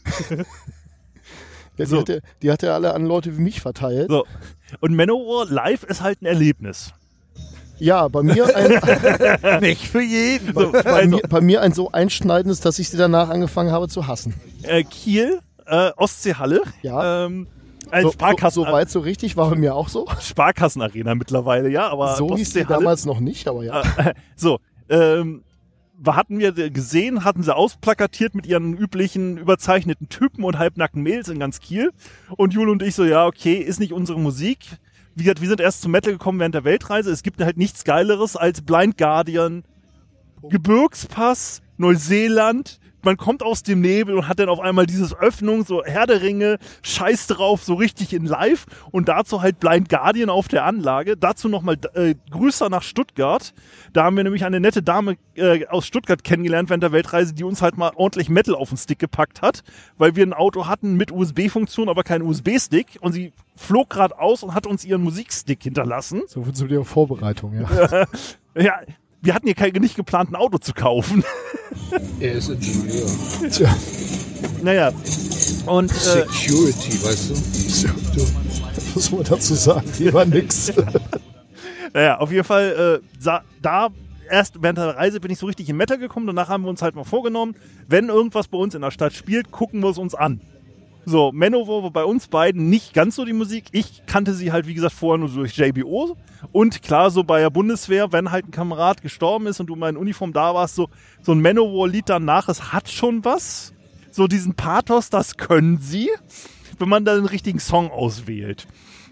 ja, So. die hat er alle an Leute wie mich verteilt. So. Und Manowar live ist halt ein Erlebnis. Ja, bei mir Nicht für jeden. So, also, bei mir ein so einschneidendes, dass ich sie danach angefangen habe zu hassen. Kiel, Ostseehalle. Ja. Ein So weit, so richtig, war bei mir auch so. Sparkassenarena mittlerweile, ja, aber So hieß die Ostseehalle. damals noch nicht, aber ja. So, hatten wir gesehen, hatten sie ausplakatiert mit ihren üblichen überzeichneten Typen und halbnackten Mädels in ganz Kiel. Und Jule und ich so, ja, okay, ist nicht unsere Musik. Wie gesagt, wir sind erst zum Metal gekommen während der Weltreise. Es gibt halt nichts Geileres als Blind Guardian, Gebirgspass, Neuseeland. Man kommt aus dem Nebel und hat dann auf einmal dieses Öffnung, so Herr der Ringe, Scheiß drauf, so richtig in live. Und dazu halt Blind Guardian auf der Anlage. Dazu nochmal Grüße nach Stuttgart. Da haben wir nämlich eine nette Dame aus Stuttgart kennengelernt während der Weltreise, die uns halt mal ordentlich Metal auf den Stick gepackt hat. Weil wir ein Auto hatten mit USB-Funktion, aber keinen USB-Stick. Und sie flog gerade aus und hat uns ihren Musikstick hinterlassen. So viel zu der Vorbereitung, ja. Ja, wir hatten hier nicht geplant, ein Auto zu kaufen. Er ist Ingenieur. Tja, Naja, und Security, weißt du? was soll man dazu sagen? Lieber nix. naja, auf jeden Fall, da erst während der Reise bin ich so richtig in Metal gekommen. Danach haben wir uns halt mal vorgenommen, wenn irgendwas bei uns in der Stadt spielt, gucken wir es uns an. So, Manowar war bei uns beiden nicht ganz so die Musik. Ich kannte sie halt, wie gesagt, vorher nur durch JBO. Und klar, so bei der Bundeswehr, wenn halt ein Kamerad gestorben ist und du mal in Uniform da warst, so ein Manowar-Lied danach, es hat schon was. So diesen Pathos, das können sie, wenn man da den richtigen Song auswählt.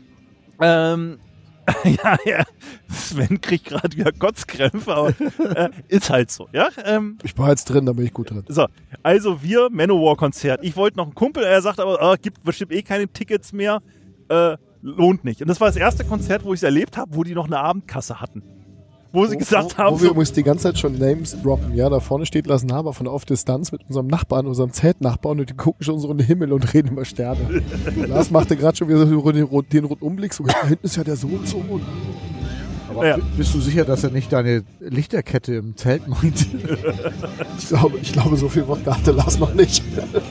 Ja, Sven kriegt gerade wieder Kotzkrämpfe, aber ist halt so, ja. Ich war jetzt drin, da bin ich gut drin. So, also wir, Manowar-Konzert. Ich wollte noch einen Kumpel, er sagt aber, gibt bestimmt eh keine Tickets mehr, lohnt nicht. Und das war das erste Konzert, wo ich es erlebt habe, wo die noch eine Abendkasse hatten. Wo sie gesagt haben, Wo wir übrigens die ganze Zeit schon Names droppen. Ja, da vorne steht Lars Haber von auf Distanz mit unserem Nachbarn, unserem Zeltnachbarn, und die gucken schon so in den Himmel und reden über Sterne. Lars machte gerade schon wieder so den Rundumblick, so, da hinten ist ja der so und so. Aber bist du sicher, dass er nicht deine Lichterkette im Zelt meinte? Ich glaube, so viel Wodka hatte Lars noch nicht.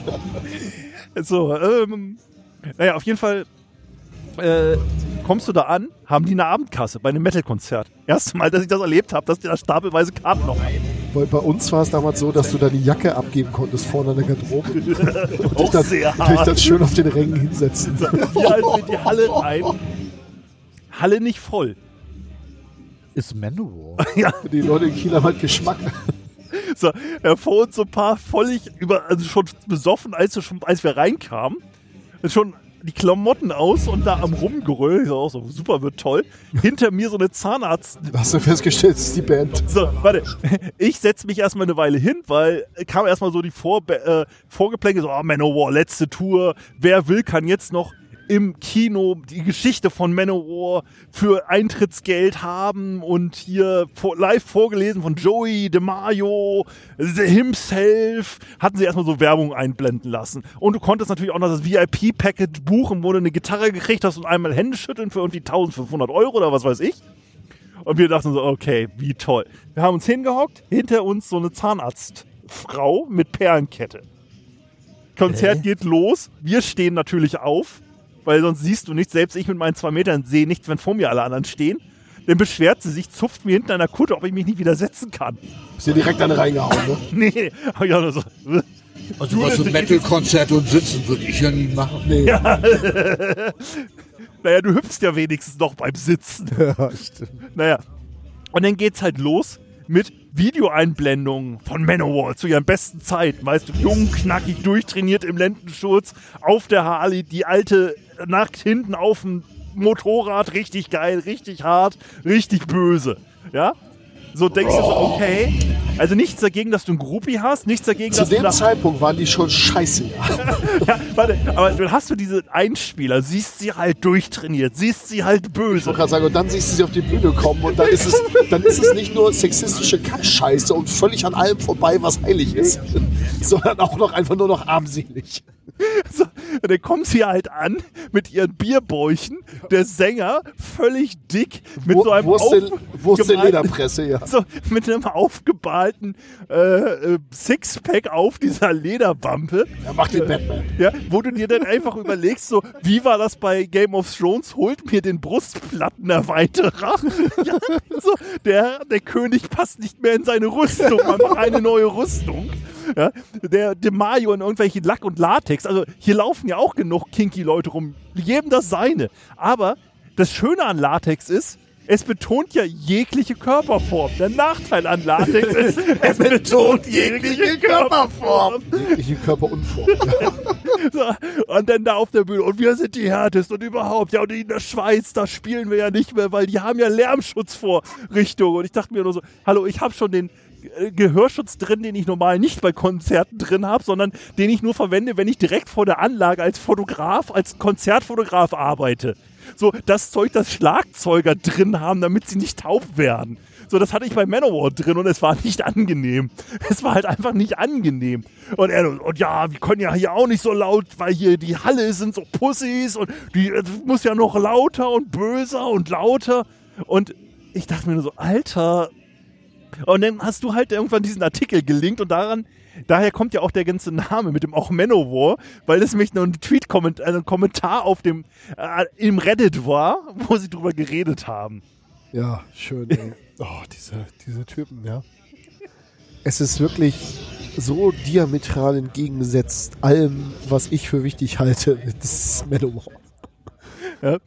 so, naja, auf jeden Fall kommst du da an, haben die eine Abendkasse bei einem Metal-Konzert. Erstes Mal, dass ich das erlebt habe, dass die da stapelweise Karten noch haben. Weil bei uns war es damals so, dass du da die Jacke abgeben konntest vorne an der Garderobe. Und Auch sehr dich hart. dann schön auf den Rängen hinsetzen. Wir halt in die Halle rein. Halle nicht voll. Ist Manowar. Ja, Die Leute in Kiel haben halt Geschmack. so, vor uns so ein paar völlig also schon besoffen, als wir reinkamen. Schon die Klamotten aus und da am Rumgeröll. Ich so, super, wird toll. Hinter mir so eine Zahnarzt. Hast du festgestellt, das ist die Band. So, warte. Ich setze mich erstmal eine Weile hin, weil kam erstmal so die Vorgeplänke, so, Manowar, letzte Tour. Wer will, kann jetzt noch im Kino die Geschichte von Manowar für Eintrittsgeld haben und hier live vorgelesen von Joey DeMaio himself, hatten sie erstmal so Werbung einblenden lassen. Und du konntest natürlich auch noch das VIP-Package buchen, wo du eine Gitarre gekriegt hast und einmal Hände schütteln für irgendwie 1.500 € oder was weiß ich. Und wir dachten so, okay, wie toll. Wir haben uns hingehockt, hinter uns so eine Zahnarztfrau mit Perlenkette. Konzert geht los, wir stehen natürlich auf, weil sonst siehst du nichts. Selbst ich mit meinen 2 Metern sehe nichts, wenn vor mir alle anderen stehen. Dann beschwert sie sich, zupft mir hinten an der Kutte, ob ich mich nicht wieder setzen kann. Ist dir direkt eine reingehauen, ne? Nee, hab ich auch nur so. Also was so Metal-Konzerte und Sitzen würde ich ja nie machen. Nee. Ja. Naja, du hüpfst ja wenigstens noch beim Sitzen. Ja, stimmt. Naja. Und dann geht's halt los mit Videoeinblendungen von Manowar zu ihren besten Zeiten. Weißt du, jung, knackig, durchtrainiert im Lendenschurz, auf der Harley, die alte nackt hinten auf dem Motorrad, richtig geil, richtig hart, richtig böse. Ja? So denkst du so, okay, also nichts dagegen, dass du einen Groupie hast, nichts dagegen, Zu dass du... dem Zeitpunkt waren die schon scheiße. Ja, warte, aber dann hast du diese Einspieler, siehst sie halt durchtrainiert, siehst sie halt Ich böse. wollte gerade sagen, und dann siehst du sie auf die Bühne kommen und dann ist es nicht nur sexistische Kackscheiße und völlig an allem vorbei, was heilig ist, sondern auch noch einfach nur noch armselig. So, dann kommt sie halt an mit ihren Bierbäuchen, der Sänger völlig dick mit so einem Wurst in Lederpresse, ja. so mit einem aufgebalten Sixpack auf dieser Lederwampe. Er macht den Batman. Ja, wo du dir dann einfach überlegst, so, wie war das bei Game of Thrones? Holt mir den Brustplattenerweiterer. Ja, so, der König passt nicht mehr in seine Rüstung, man macht eine neue Rüstung. Ja, der Mario in irgendwelchen Lack und Latex. Also hier laufen ja auch genug kinky Leute rum. Jedem das seine. Aber das Schöne an Latex ist, es betont ja jegliche Körperform. Der Nachteil an Latex ist, es betont jegliche Körperform. Jegliche Körperunform. Ja. So, und dann da auf der Bühne. Und wir sind die härtesten und überhaupt. Ja, und in der Schweiz, da spielen wir ja nicht mehr, weil die haben ja Lärmschutzvorrichtungen. Und ich dachte mir nur so, hallo, ich habe schon den Gehörschutz drin, den ich normal nicht bei Konzerten drin habe, sondern den ich nur verwende, wenn ich direkt vor der Anlage als Fotograf, als Konzertfotograf arbeite. So, das Zeug, das Schlagzeuger drin haben, damit sie nicht taub werden. So, das hatte ich bei Manowar drin und es war nicht angenehm. Es war halt einfach nicht angenehm. Und ja, wir können ja hier auch nicht so laut, weil hier die Halle sind so Pussys und die muss ja noch lauter und böser und lauter. Und ich dachte mir nur so, Alter. Und dann hast du halt irgendwann diesen Artikel gelinkt und daher kommt ja auch der ganze Name mit dem auch Manowar, weil es nämlich noch ein ein Kommentar auf dem im Reddit war, wo sie drüber geredet haben. Ja, schön, ey. Oh, diese Typen, ja. Es ist wirklich so diametral entgegengesetzt allem, was ich für wichtig halte. Das ist Manowar. Ja.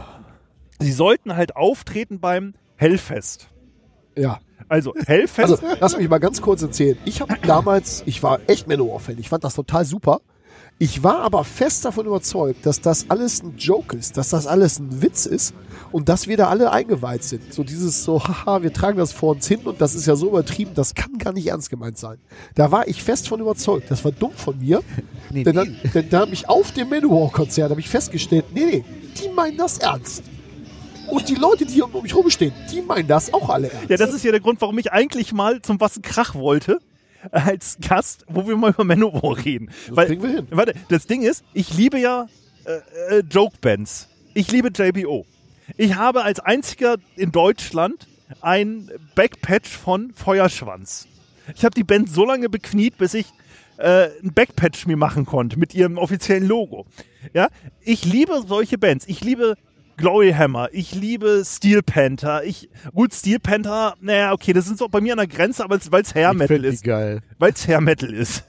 Sie sollten halt auftreten beim Hellfest. Ja. Also, Hellfest. Also, lass mich mal ganz kurz erzählen. Ich war echt Manowar-Fan. Ich fand das total super. Ich war aber fest davon überzeugt, dass das alles ein Joke ist, dass das alles ein Witz ist und dass wir da alle eingeweiht sind. So dieses so, haha, wir tragen das vor uns hin und das ist ja so übertrieben, das kann gar nicht ernst gemeint sein. Da war ich fest von überzeugt. Das war dumm von mir. Denn da habe ich auf dem Manowar-Konzert festgestellt, nee, die meinen das ernst. Und die Leute, die um mich rumstehen, die meinen das auch alle ernst. Ja, das ist ja der Grund, warum ich eigentlich mal zum Was Krach wollte. Als Gast, wo wir mal über Manowar reden. Das kriegen wir hin. Warte, das Ding ist, ich liebe ja Joke-Bands. Ich liebe JBO. Ich habe als einziger in Deutschland ein Backpatch von Feuerschwanz. Ich habe die Band so lange bekniet, bis ich ein Backpatch mir machen konnte mit ihrem offiziellen Logo. Ja, ich liebe solche Bands. Ich liebe Glory Hammer, ich liebe Steel Panther. Gut, Steel Panther, naja, okay, das ist auch bei mir an der Grenze, aber weil es Hair Metal ist. Geil. Weil es Hair Metal ist.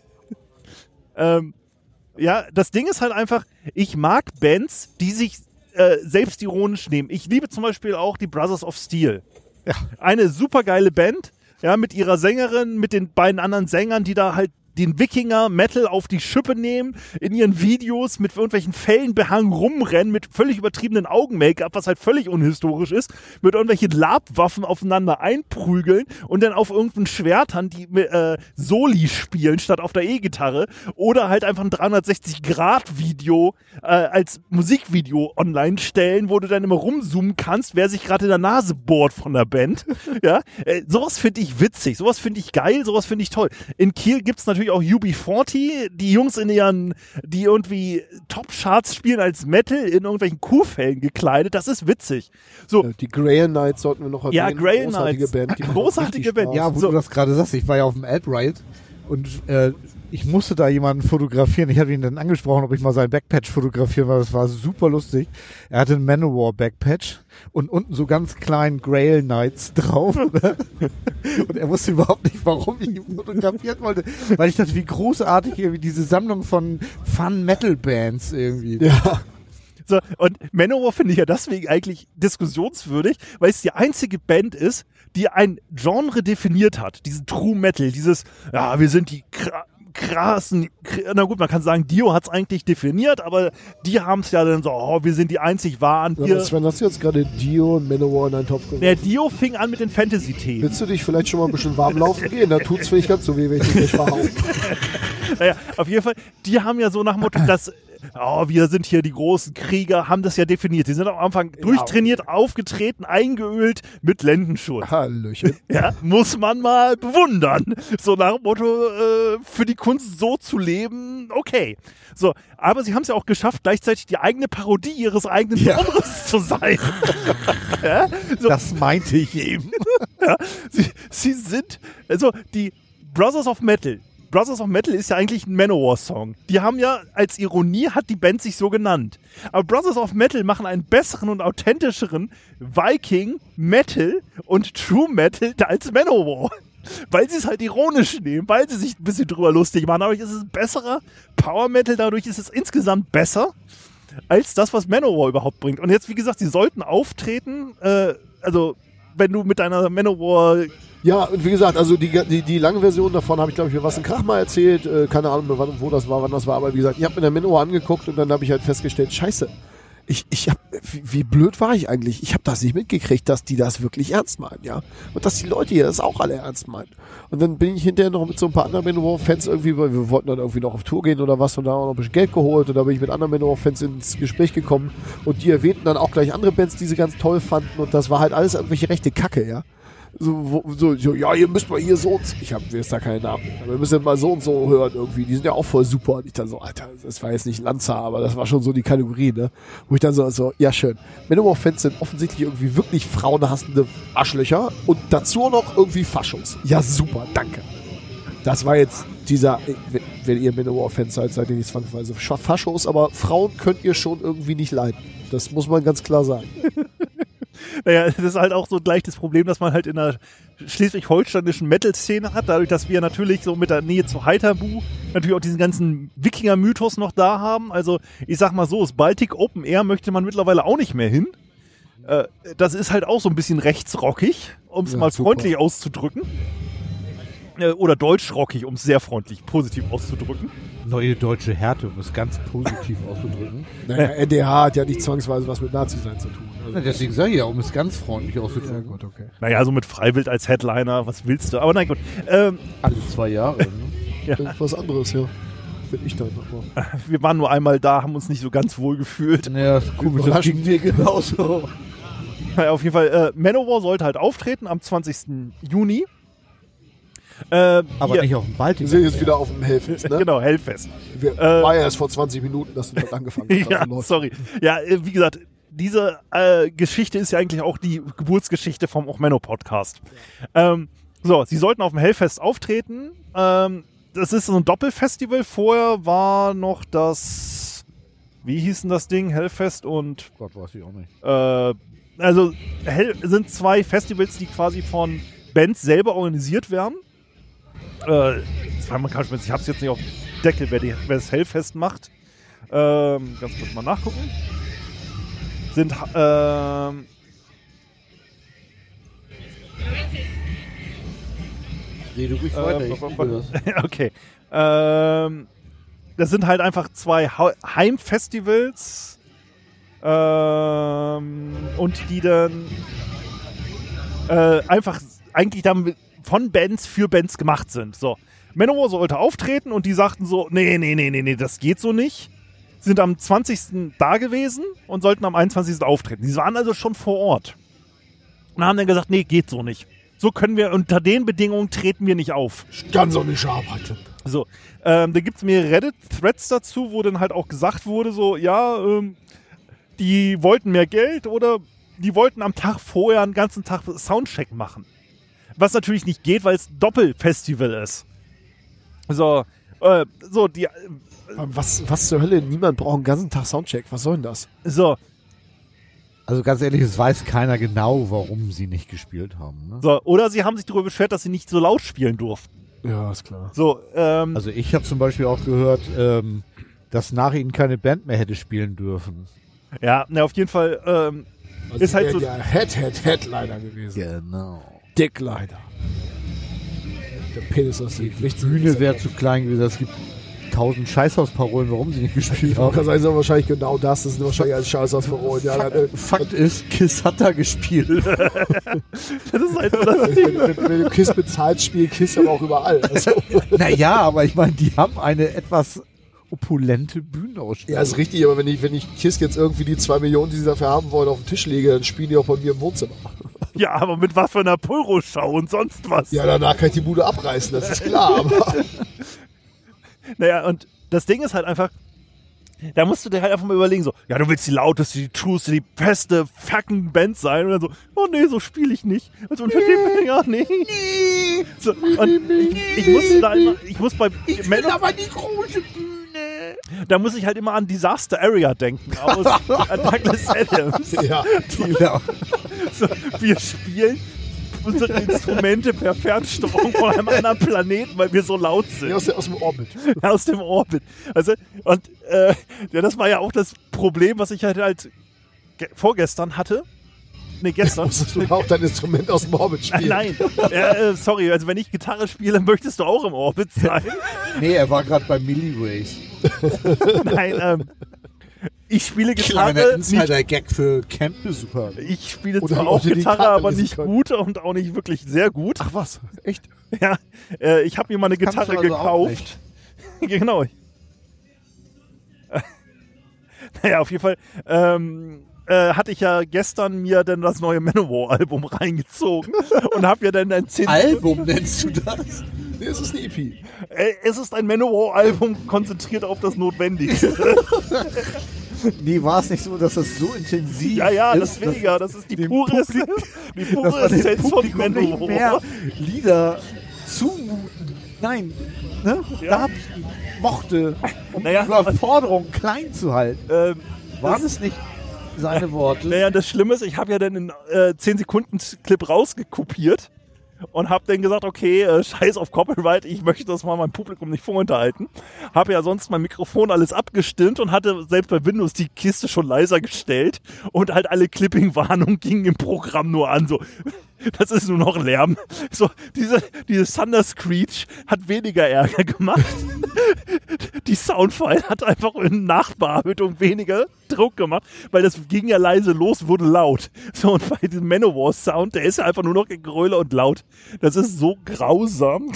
Ja, das Ding ist halt einfach, ich mag Bands, die sich selbstironisch nehmen. Ich liebe zum Beispiel auch die Brothers of Steel. Ja. Eine super geile Band, ja, mit ihrer Sängerin, mit den beiden anderen Sängern, die da halt den Wikinger-Metal auf die Schippe nehmen, in ihren Videos mit irgendwelchen Fellen behangen rumrennen, mit völlig übertriebenen Augen-Make-up, was halt völlig unhistorisch ist, mit irgendwelchen Labwaffen aufeinander einprügeln und dann auf irgendeinen Schwertern die Soli spielen, statt auf der E-Gitarre, oder halt einfach ein 360-Grad-Video als Musikvideo online stellen, wo du dann immer rumzoomen kannst, wer sich gerade in der Nase bohrt von der Band. Ja, sowas finde ich witzig, sowas finde ich geil, sowas finde ich toll. In Kiel gibt's natürlich auch UB40, die Jungs die irgendwie Top-Charts spielen als Metal in irgendwelchen Kuhfällen gekleidet, das ist witzig. So. Die Grail Knights sollten wir noch erwähnen. Ja, Grail Knights. Großartige Band. Ja, wo du das gerade sagst, ich war ja auf dem Alt Riot Und ich musste da jemanden fotografieren. Ich hatte ihn dann angesprochen, ob ich mal sein Backpatch fotografieren will. Das war super lustig. Er hatte einen Manowar Backpatch und unten so ganz kleinen Grail Knights drauf. Und er wusste überhaupt nicht, warum ich ihn fotografieren wollte. Weil ich dachte, wie großartig irgendwie diese Sammlung von Fun-Metal-Bands irgendwie. Ja. So, und Manowar finde ich ja deswegen eigentlich diskussionswürdig, weil es die einzige Band ist, die ein Genre definiert hat. Diesen True Metal, dieses, ja, wir sind die krassen, na gut, man kann sagen, Dio hat es eigentlich definiert, aber die haben es ja dann so, oh, wir sind die einzig wahren. Ja, Sven, hast du jetzt gerade Dio und Manowar in einen Topf geworfen? Der Dio fing an mit den Fantasy-Themen. Willst du dich vielleicht schon mal ein bisschen warm laufen gehen? Da tut's vielleicht ganz so weh, wenn ich dich nicht verhaue. Naja, auf jeden Fall, die haben ja so nach dem Motto, dass wir sind hier die großen Krieger, haben das ja definiert. Die sind am Anfang durchtrainiert, aufgetreten, eingeölt mit Lendenschutz. Hallöchen. Ja, muss man mal bewundern. So nach dem Motto, für die Kunst so zu leben, okay. So, aber sie haben es ja auch geschafft, gleichzeitig die eigene Parodie ihres eigenen Genres zu sein. Ja, so. Das meinte ich eben. Ja, sie sind, also die Brothers of Metal. Brothers of Metal ist ja eigentlich ein Manowar-Song. Die haben ja, als Ironie hat die Band sich so genannt. Aber Brothers of Metal machen einen besseren und authentischeren Viking, Metal und True Metal als Manowar. Weil sie es halt ironisch nehmen, weil sie sich ein bisschen drüber lustig machen. Dadurch ist es ein besserer Power Metal, dadurch ist es insgesamt besser als das, was Manowar überhaupt bringt. Und jetzt, wie gesagt, sie sollten auftreten, also wenn du mit deiner Manowar... Ja, und wie gesagt, also die lange Version davon habe ich, glaube ich, mir was in Krach mal erzählt. Keine Ahnung, wo das war, wann das war. Aber wie gesagt, ich habe mir der Manowar angeguckt und dann habe ich halt festgestellt, scheiße, wie blöd war ich eigentlich? Ich habe das nicht mitgekriegt, dass die das wirklich ernst meinen, ja. Und dass die Leute hier das auch alle ernst meinen. Und dann bin ich hinterher noch mit so ein paar anderen Manowar-Fans irgendwie, weil wir wollten dann irgendwie noch auf Tour gehen oder was und da auch noch ein bisschen Geld geholt und da bin ich mit anderen Manowar-Fans ins Gespräch gekommen und die erwähnten dann auch gleich andere Bands, die sie ganz toll fanden und das war halt alles irgendwelche rechte Kacke, ja. So, ja, ihr müsst mal hier so und so. Ich weiß da keinen Namen. Aber ihr müsst ja mal so und so hören irgendwie. Die sind ja auch voll super. Und ich dann so, Alter, das war jetzt nicht Lanza, aber das war schon so die Kategorie, ne? Wo ich dann so, ja schön. Manowar-Fans sind offensichtlich irgendwie wirklich frauenhassende Arschlöcher und dazu noch irgendwie Faschos. Ja, super, danke. Das war jetzt dieser, wenn ihr Manowar-Fans seid ihr nicht zwangsweise Faschos, aber Frauen könnt ihr schon irgendwie nicht leiden. Das muss man ganz klar sagen. Naja, das ist halt auch so gleich das Problem, dass man halt in der schleswig-holsteinischen Metal-Szene hat, dadurch, dass wir natürlich so mit der Nähe zu Heiterbu natürlich auch diesen ganzen Wikinger-Mythos noch da haben. Also ich sag mal so, das Baltic Open Air möchte man mittlerweile auch nicht mehr hin. Das ist halt auch so ein bisschen rechtsrockig, um es mal freundlich auszudrücken. Oder deutschrockig, um es sehr freundlich, positiv auszudrücken. Neue deutsche Härte, um es ganz positiv auszudrücken. Naja, NDH hat ja nicht zwangsweise was mit Nazi-Sein zu tun. Also deswegen sage ich ja, um es ganz freundlich auszudrücken. Ja, gut, okay. Naja, so mit Freiwild als Headliner, was willst du? Aber nein, gut. Alle 2 Jahre, ne? Ja. Das ist was anderes, ja. Bin ich da nochmal. Wir waren nur einmal da, haben uns nicht so ganz wohl gefühlt. Ja, ist komisch, das ging mir genauso. Naja, auf jeden Fall, Manowar sollte halt auftreten am 20. Juni. Aber nicht auf dem Baltic. Wir sind jetzt wieder auf dem Hellfest, ne? Genau, Hellfest. War ja erst vor 20 Minuten, dass du dort angefangen hast. Ja, sorry. Ja, wie gesagt, diese Geschichte ist ja eigentlich auch die Geburtsgeschichte vom Ochmenno-Podcast. So, sie sollten auf dem Hellfest auftreten. Das ist so ein Doppelfestival. Vorher war noch das, wie hieß denn das Ding? Hellfest und... Gott, weiß ich auch nicht. Also, sind 2 Festivals, die quasi von Bands selber organisiert werden. Ich hab's jetzt nicht auf dem Deckel, wer das Hellfest macht. Ganz kurz mal nachgucken. Sind Rede ruhig weiter. Okay. Das sind halt einfach 2 Heimfestivals und die dann einfach eigentlich dann von Bands für Bands gemacht sind. So. Manowar sollte auftreten und die sagten so, nee, das geht so nicht. Sind am 20. da gewesen und sollten am 21. auftreten. Die waren also schon vor Ort. Und haben dann gesagt, nee, geht so nicht. So können wir, unter den Bedingungen treten wir nicht auf. Ich kann so nicht arbeiten. So, da gibt es mehrere Reddit-Threads dazu, wo dann halt auch gesagt wurde, so, ja, die wollten mehr Geld oder die wollten am Tag vorher einen ganzen Tag Soundcheck machen. Was natürlich nicht geht, weil es Doppelfestival ist. So, die... Was zur Hölle? Niemand braucht einen ganzen Tag Soundcheck. Was soll denn das? So. Also ganz ehrlich, es weiß keiner genau, warum sie nicht gespielt haben. Ne? So, oder sie haben sich darüber beschwert, dass sie nicht so laut spielen durften. Ja, ist klar. So, also ich habe zum Beispiel auch gehört, dass nach ihnen keine Band mehr hätte spielen dürfen. Ja, auf jeden Fall also ist halt so... Der Headliner gewesen. Genau. Dickleiter. Der Penis aus Die Bühne wäre zu klein gewesen. Es gibt 1000 Scheißhausparolen, warum sie nicht gespielt haben. Das ist wahrscheinlich genau das. Das ist wahrscheinlich als Scheißhausparolen. Ja, Fakt ist, Kiss hat da gespielt. Das ist halt so das Ding. Wenn du Kiss bezahlst, spielt Kiss aber auch überall. Also. Naja, aber ich meine, die haben eine etwas opulente Bühnenausstattung. Ja, ist richtig, aber wenn ich Kiss jetzt irgendwie die 2 Millionen, die sie dafür haben wollen, auf den Tisch lege, dann spielen die auch bei mir im Wohnzimmer. Ja, aber mit was für einer Pyro-Show und sonst was. Ja, danach kann ich die Bude abreißen, das ist klar. Aber naja, und das Ding ist halt einfach, da musst du dir halt einfach mal überlegen, so, ja, du willst die lauteste, die trueste, die beste fucking Band sein und dann so, oh nee, so spiele ich nicht. Also unter dem, ja, nee. So, und ich musste da immer, ich muss bei will aber die große Bühne. Da muss ich halt immer an Disaster Area denken, aus Douglas Adams. ja. So, wir spielen unsere Instrumente per Fernsteuerung von einem anderen Planeten, weil wir so laut sind. Ja, aus dem Orbit. Ja, aus dem Orbit. Also, und ja, das war ja auch das Problem, was ich halt vorgestern hatte. Nee, gestern. Musstest du auch dein Instrument aus dem Orbit spielen? Nein, sorry, also wenn ich Gitarre spiele, möchtest du auch im Orbit sein? Nee, er war gerade bei Milliways. Nein, ich spiele Gitarre. Kleiner Insider-Gag für Campbesucher. Ich spiele zwar auch Gitarre, aber nicht gut und auch nicht wirklich sehr gut. Ach was, echt? Ja, ich habe mir mal eine Gitarre also gekauft. Genau. Naja, auf jeden Fall hatte ich ja gestern mir dann das neue Manowar-Album reingezogen und habe ja dann ein 10... Album nennst du das? Nee, es ist eine EP. Es ist ein Manowar-Album konzentriert auf das Notwendigste. Nee, war es nicht so, dass das so intensiv ja, ist? das ist weniger. Das ist die pure Essenz von Manowar. Mehr Lieder zumuten. Nein, ne? Ja. Da hab ich mochte, um die Naja, Überforderung klein zu halten. Waren es nicht seine Worte? Naja, das Schlimme ist, ich habe ja dann einen 10-Sekunden-Clip rausgekopiert und habe dann gesagt, okay, scheiß auf Copyright, ich möchte das mal meinem Publikum nicht vorenthalten. Habe ja sonst mein Mikrofon alles abgestimmt und hatte selbst bei Windows die Kiste schon leiser gestellt und halt alle Clipping-Warnungen gingen im Programm nur an, so, das ist nur noch Lärm. So, diese Thunder Screech hat weniger Ärger gemacht. Die Soundfile hat einfach in Nachbearbeitung weniger Druck gemacht, weil das ging ja leise los, wurde laut. So, und bei diesem Manowar-Sound, der ist ja einfach nur noch Gegröle und laut. Das ist so grausam.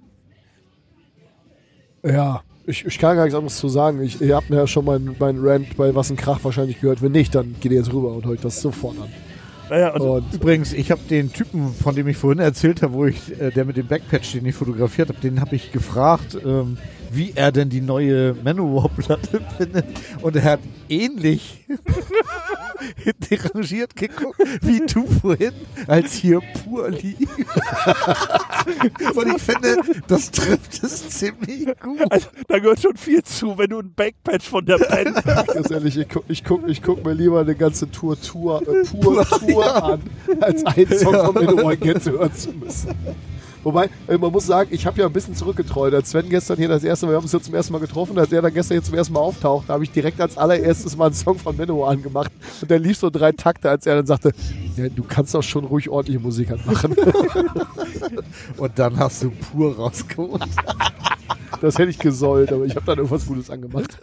Ja, ich kann gar nichts anderes zu sagen. Ihr habt mir ja schon meinen Rant bei Was ein Krach wahrscheinlich gehört. Wenn nicht, dann geht ihr jetzt rüber und hört euch das sofort an. Naja, und übrigens, ich habe den Typen, von dem ich vorhin erzählt habe, der mit dem Backpatch, den ich fotografiert habe, den habe ich gefragt, wie er denn die neue Manowar-Platte findet. Und er hat ähnlich derangiert geguckt, wie du vorhin, als hier pur lief. Und ich finde, das trifft es ziemlich gut. Also, da gehört schon viel zu, wenn du ein Backpatch von der Band hast. Ganz ehrlich, ich guck mir lieber eine ganze Tour an, als einen Song von Manowar hören zu müssen. Wobei, man muss sagen, ich habe ja ein bisschen zurückgetreut. Als Sven gestern hier wir haben uns ja zum ersten Mal getroffen, als er dann gestern hier zum ersten Mal auftaucht, da habe ich direkt als allererstes mal einen Song von Manowar angemacht. Und der lief so 3 Takte, als er dann sagte, ja, du kannst doch schon ruhig ordentliche Musik anmachen. Und dann hast du pur rausgeholt. Das hätte ich gesollt, aber ich habe dann irgendwas Gutes angemacht.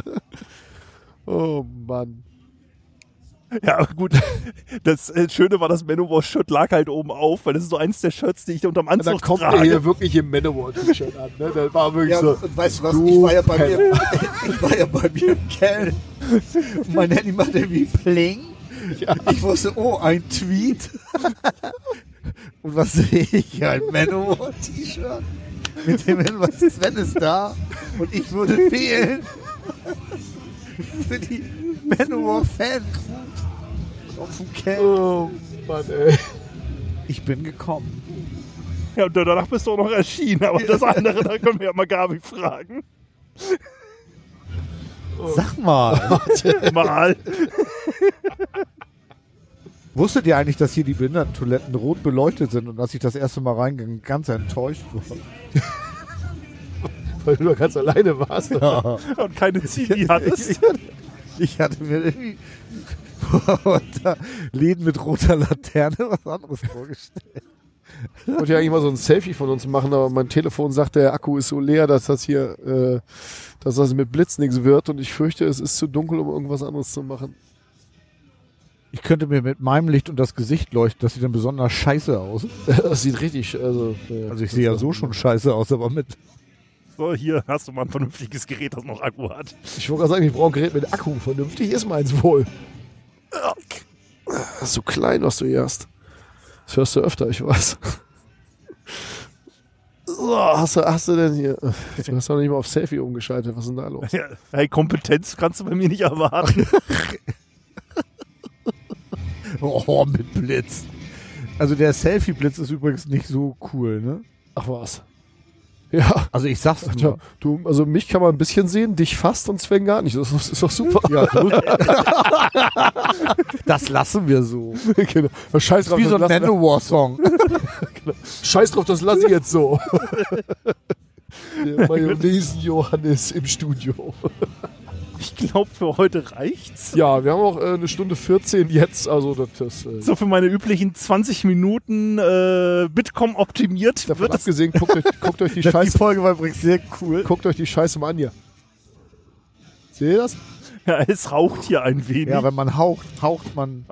Oh Mann. Ja, gut. Das Schöne war, das Manowar-Shirt lag halt oben auf, weil das ist so eins der Shirts, die ich unterm Anzug trage. Da kommt er hier wirklich im Manowar-T-Shirt an. Ne? Der war wirklich ja, so. Und weißt du was? Ich war ja bei mir im Keller. Mein Handy machte wie Pling. Ja. Ich wusste, oh, ein Tweet. Und was sehe ich? Ein Manowar-T-Shirt. Mit dem Hinweis, Sven ist da. Und ich würde fehlen. Für die Manowar-Fan auf dem Camp. Oh Mann, ey. Ich bin gekommen. Ja, und danach bist du auch noch erschienen, aber das andere, da können wir ja mal Gabi fragen. Sag mal. Mal. Wusstet ihr eigentlich, dass hier die Behindertentoiletten rot beleuchtet sind und als ich das erste Mal reingegangen, ganz enttäuscht war? Weil du da ganz alleine warst. Ja. Und keine Zivi hattest. Ich hatte mir irgendwie unter Läden mit roter Laterne was anderes vorgestellt. Ich wollte ja eigentlich mal so ein Selfie von uns machen, aber mein Telefon sagt, der Akku ist so leer, dass das hier, dass das mit Blitz nichts wird und ich fürchte, es ist zu dunkel, um irgendwas anderes zu machen. Ich könnte mir mit meinem Licht und das Gesicht leuchten, das sieht dann besonders scheiße aus. Das sieht richtig, also ich sehe ja so schon scheiße aus, aber mit. So, hier hast du mal ein vernünftiges Gerät, das noch Akku hat. Ich wollte gerade sagen, ich brauche ein Gerät mit Akku. Vernünftig ist meins wohl. Das ist so klein, was du hier hast. Das hörst du öfter, ich weiß. So, hast du denn hier... Du hast doch nicht mal auf Selfie umgeschaltet. Was ist denn da los? Ja, hey, Kompetenz kannst du bei mir nicht erwarten. Oh, mit Blitz. Also der Selfie-Blitz ist übrigens nicht so cool, ne? Ach was. Ja. Also ich sag's nur. Also mich kann man ein bisschen sehen, dich fast und Sven gar nicht. Das ist doch super. Ja, das lassen wir so. Genau. Scheiß drauf, wie so ein Manowar-Song. Genau. Scheiß drauf, das lasse ich jetzt so. Der Mayonnaise-Johannes im Studio. Ich glaube, für heute reicht's. Ja, wir haben auch eine Stunde 14 jetzt, also das so für meine üblichen 20 Minuten Bitkom optimiert. Davon wird abgesehen, guckt euch die Scheiße... Die Folge war übrigens sehr cool. Guckt euch die Scheiße mal an hier. Seht ihr das? Ja, es raucht hier ein wenig. Ja, wenn man haucht man...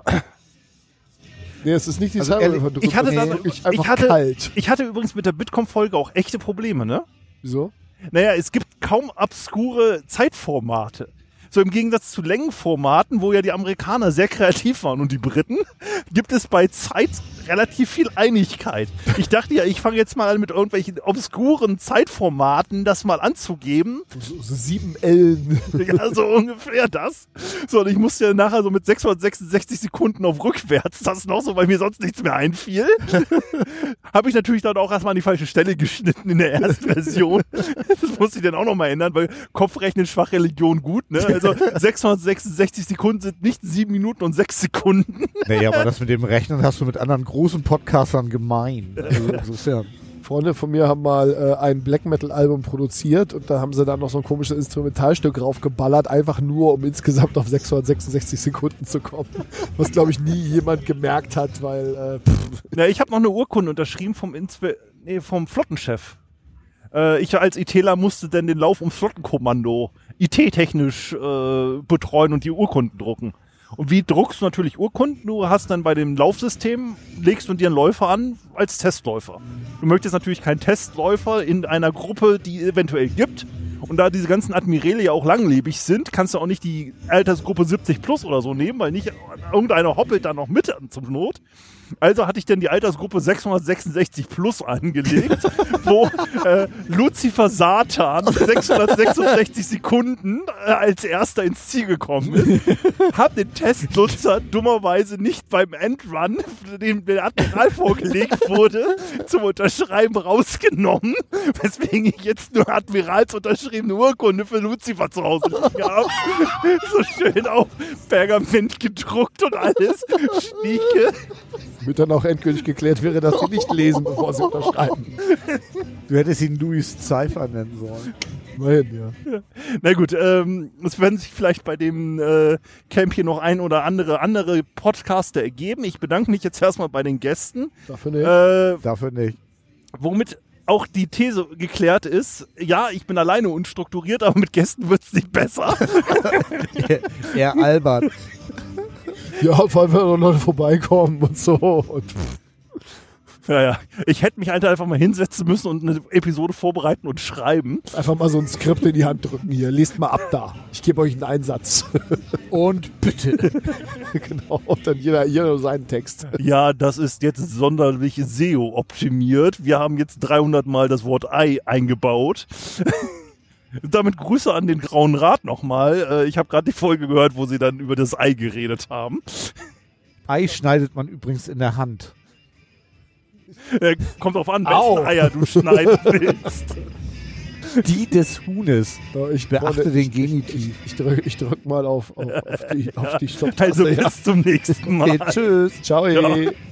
Nee, es ist nicht die Also Cyber. Ich hatte kalt. Ich hatte übrigens mit der Bitkom-Folge auch echte Probleme, ne? Wieso? Naja, es gibt kaum obskure Zeitformate. So im Gegensatz zu Längenformaten, wo ja die Amerikaner sehr kreativ waren und die Briten, gibt es bei Zeit relativ viel Einigkeit. Ich dachte ja, ich fange jetzt mal an mit irgendwelchen obskuren Zeitformaten das mal anzugeben. So 7 Ellen. Ja, so ungefähr das. So, und ich musste ja nachher so mit 666 Sekunden auf rückwärts, das noch so, weil mir sonst nichts mehr einfiel. Habe ich natürlich dann auch erstmal an die falsche Stelle geschnitten in der ersten Version. Das musste ich dann auch nochmal ändern, weil Kopfrechnen schwach, Religion gut, ne? Also 666 Sekunden sind nicht 7 Minuten und 6 Sekunden. Nee, aber das mit dem Rechnen hast du mit anderen großen Podcastern gemein. Also insofern. Freunde von mir haben mal ein Black Metal Album produziert und da haben sie dann noch so ein komisches Instrumentalstück raufgeballert, einfach nur um insgesamt auf 666 Sekunden zu kommen. Was glaube ich nie jemand gemerkt hat, weil Ja, ich habe noch eine Urkunde unterschrieben vom Flottenchef. Ich als ITler musste dann den Lauf ums Flottenkommando IT-technisch betreuen und die Urkunden drucken. Und wie druckst du natürlich Urkunden? Du hast dann bei dem Laufsystem, legst du dir einen Läufer an als Testläufer. Du möchtest natürlich keinen Testläufer in einer Gruppe, die eventuell gibt. Und da diese ganzen Admirale ja auch langlebig sind, kannst du auch nicht die Altersgruppe 70 plus oder so nehmen, weil nicht irgendeiner hoppelt da noch mit zum Not. Also hatte ich dann die Altersgruppe 666 plus angelegt, wo Lucifer Satan 666 Sekunden als erster ins Ziel gekommen ist. Hab den Testnutzer dummerweise nicht beim Endrun, dem der Admiral vorgelegt wurde, zum Unterschreiben rausgenommen, weswegen ich jetzt nur Admirals unterschriebene Urkunde für Lucifer zu Hause liegen habe. So schön auf Pergament gedruckt und alles. Schnieke. wird dann auch endgültig geklärt wäre, dass sie nicht lesen, bevor sie unterschreiben. Du hättest ihn Louis Cypher nennen sollen. Immerhin, ja. Na gut, es werden sich vielleicht bei dem Camp hier noch ein oder andere Podcaster ergeben. Ich bedanke mich jetzt erstmal bei den Gästen. Dafür nicht. Dafür nicht. Womit auch die These geklärt ist, ja, ich bin alleine unstrukturiert, aber mit Gästen wird es nicht besser. Eher albern. Ja, vor allem, wenn noch Leute vorbeikommen und so. Und ja. Ich hätte mich einfach mal hinsetzen müssen und eine Episode vorbereiten und schreiben. einfach mal so ein Skript in die Hand drücken hier. Lest mal ab da. Ich gebe euch einen Einsatz. Und bitte. Genau. Und dann jeder seinen Text. Ja, das ist jetzt sonderlich SEO optimiert. Wir haben jetzt 300 Mal das Wort Ei eingebaut. Damit Grüße an den Grauen Rat nochmal. Ich habe gerade die Folge gehört, wo sie dann über das Ei geredet haben. Ei schneidet man übrigens in der Hand. Kommt drauf an, welche Eier du schneiden willst. Die des Huhnes. Ich beachte den Genitiv. Ich drück mal auf die Stopptaste. Also bis zum nächsten Mal. Okay, tschüss. Ciao. Ja.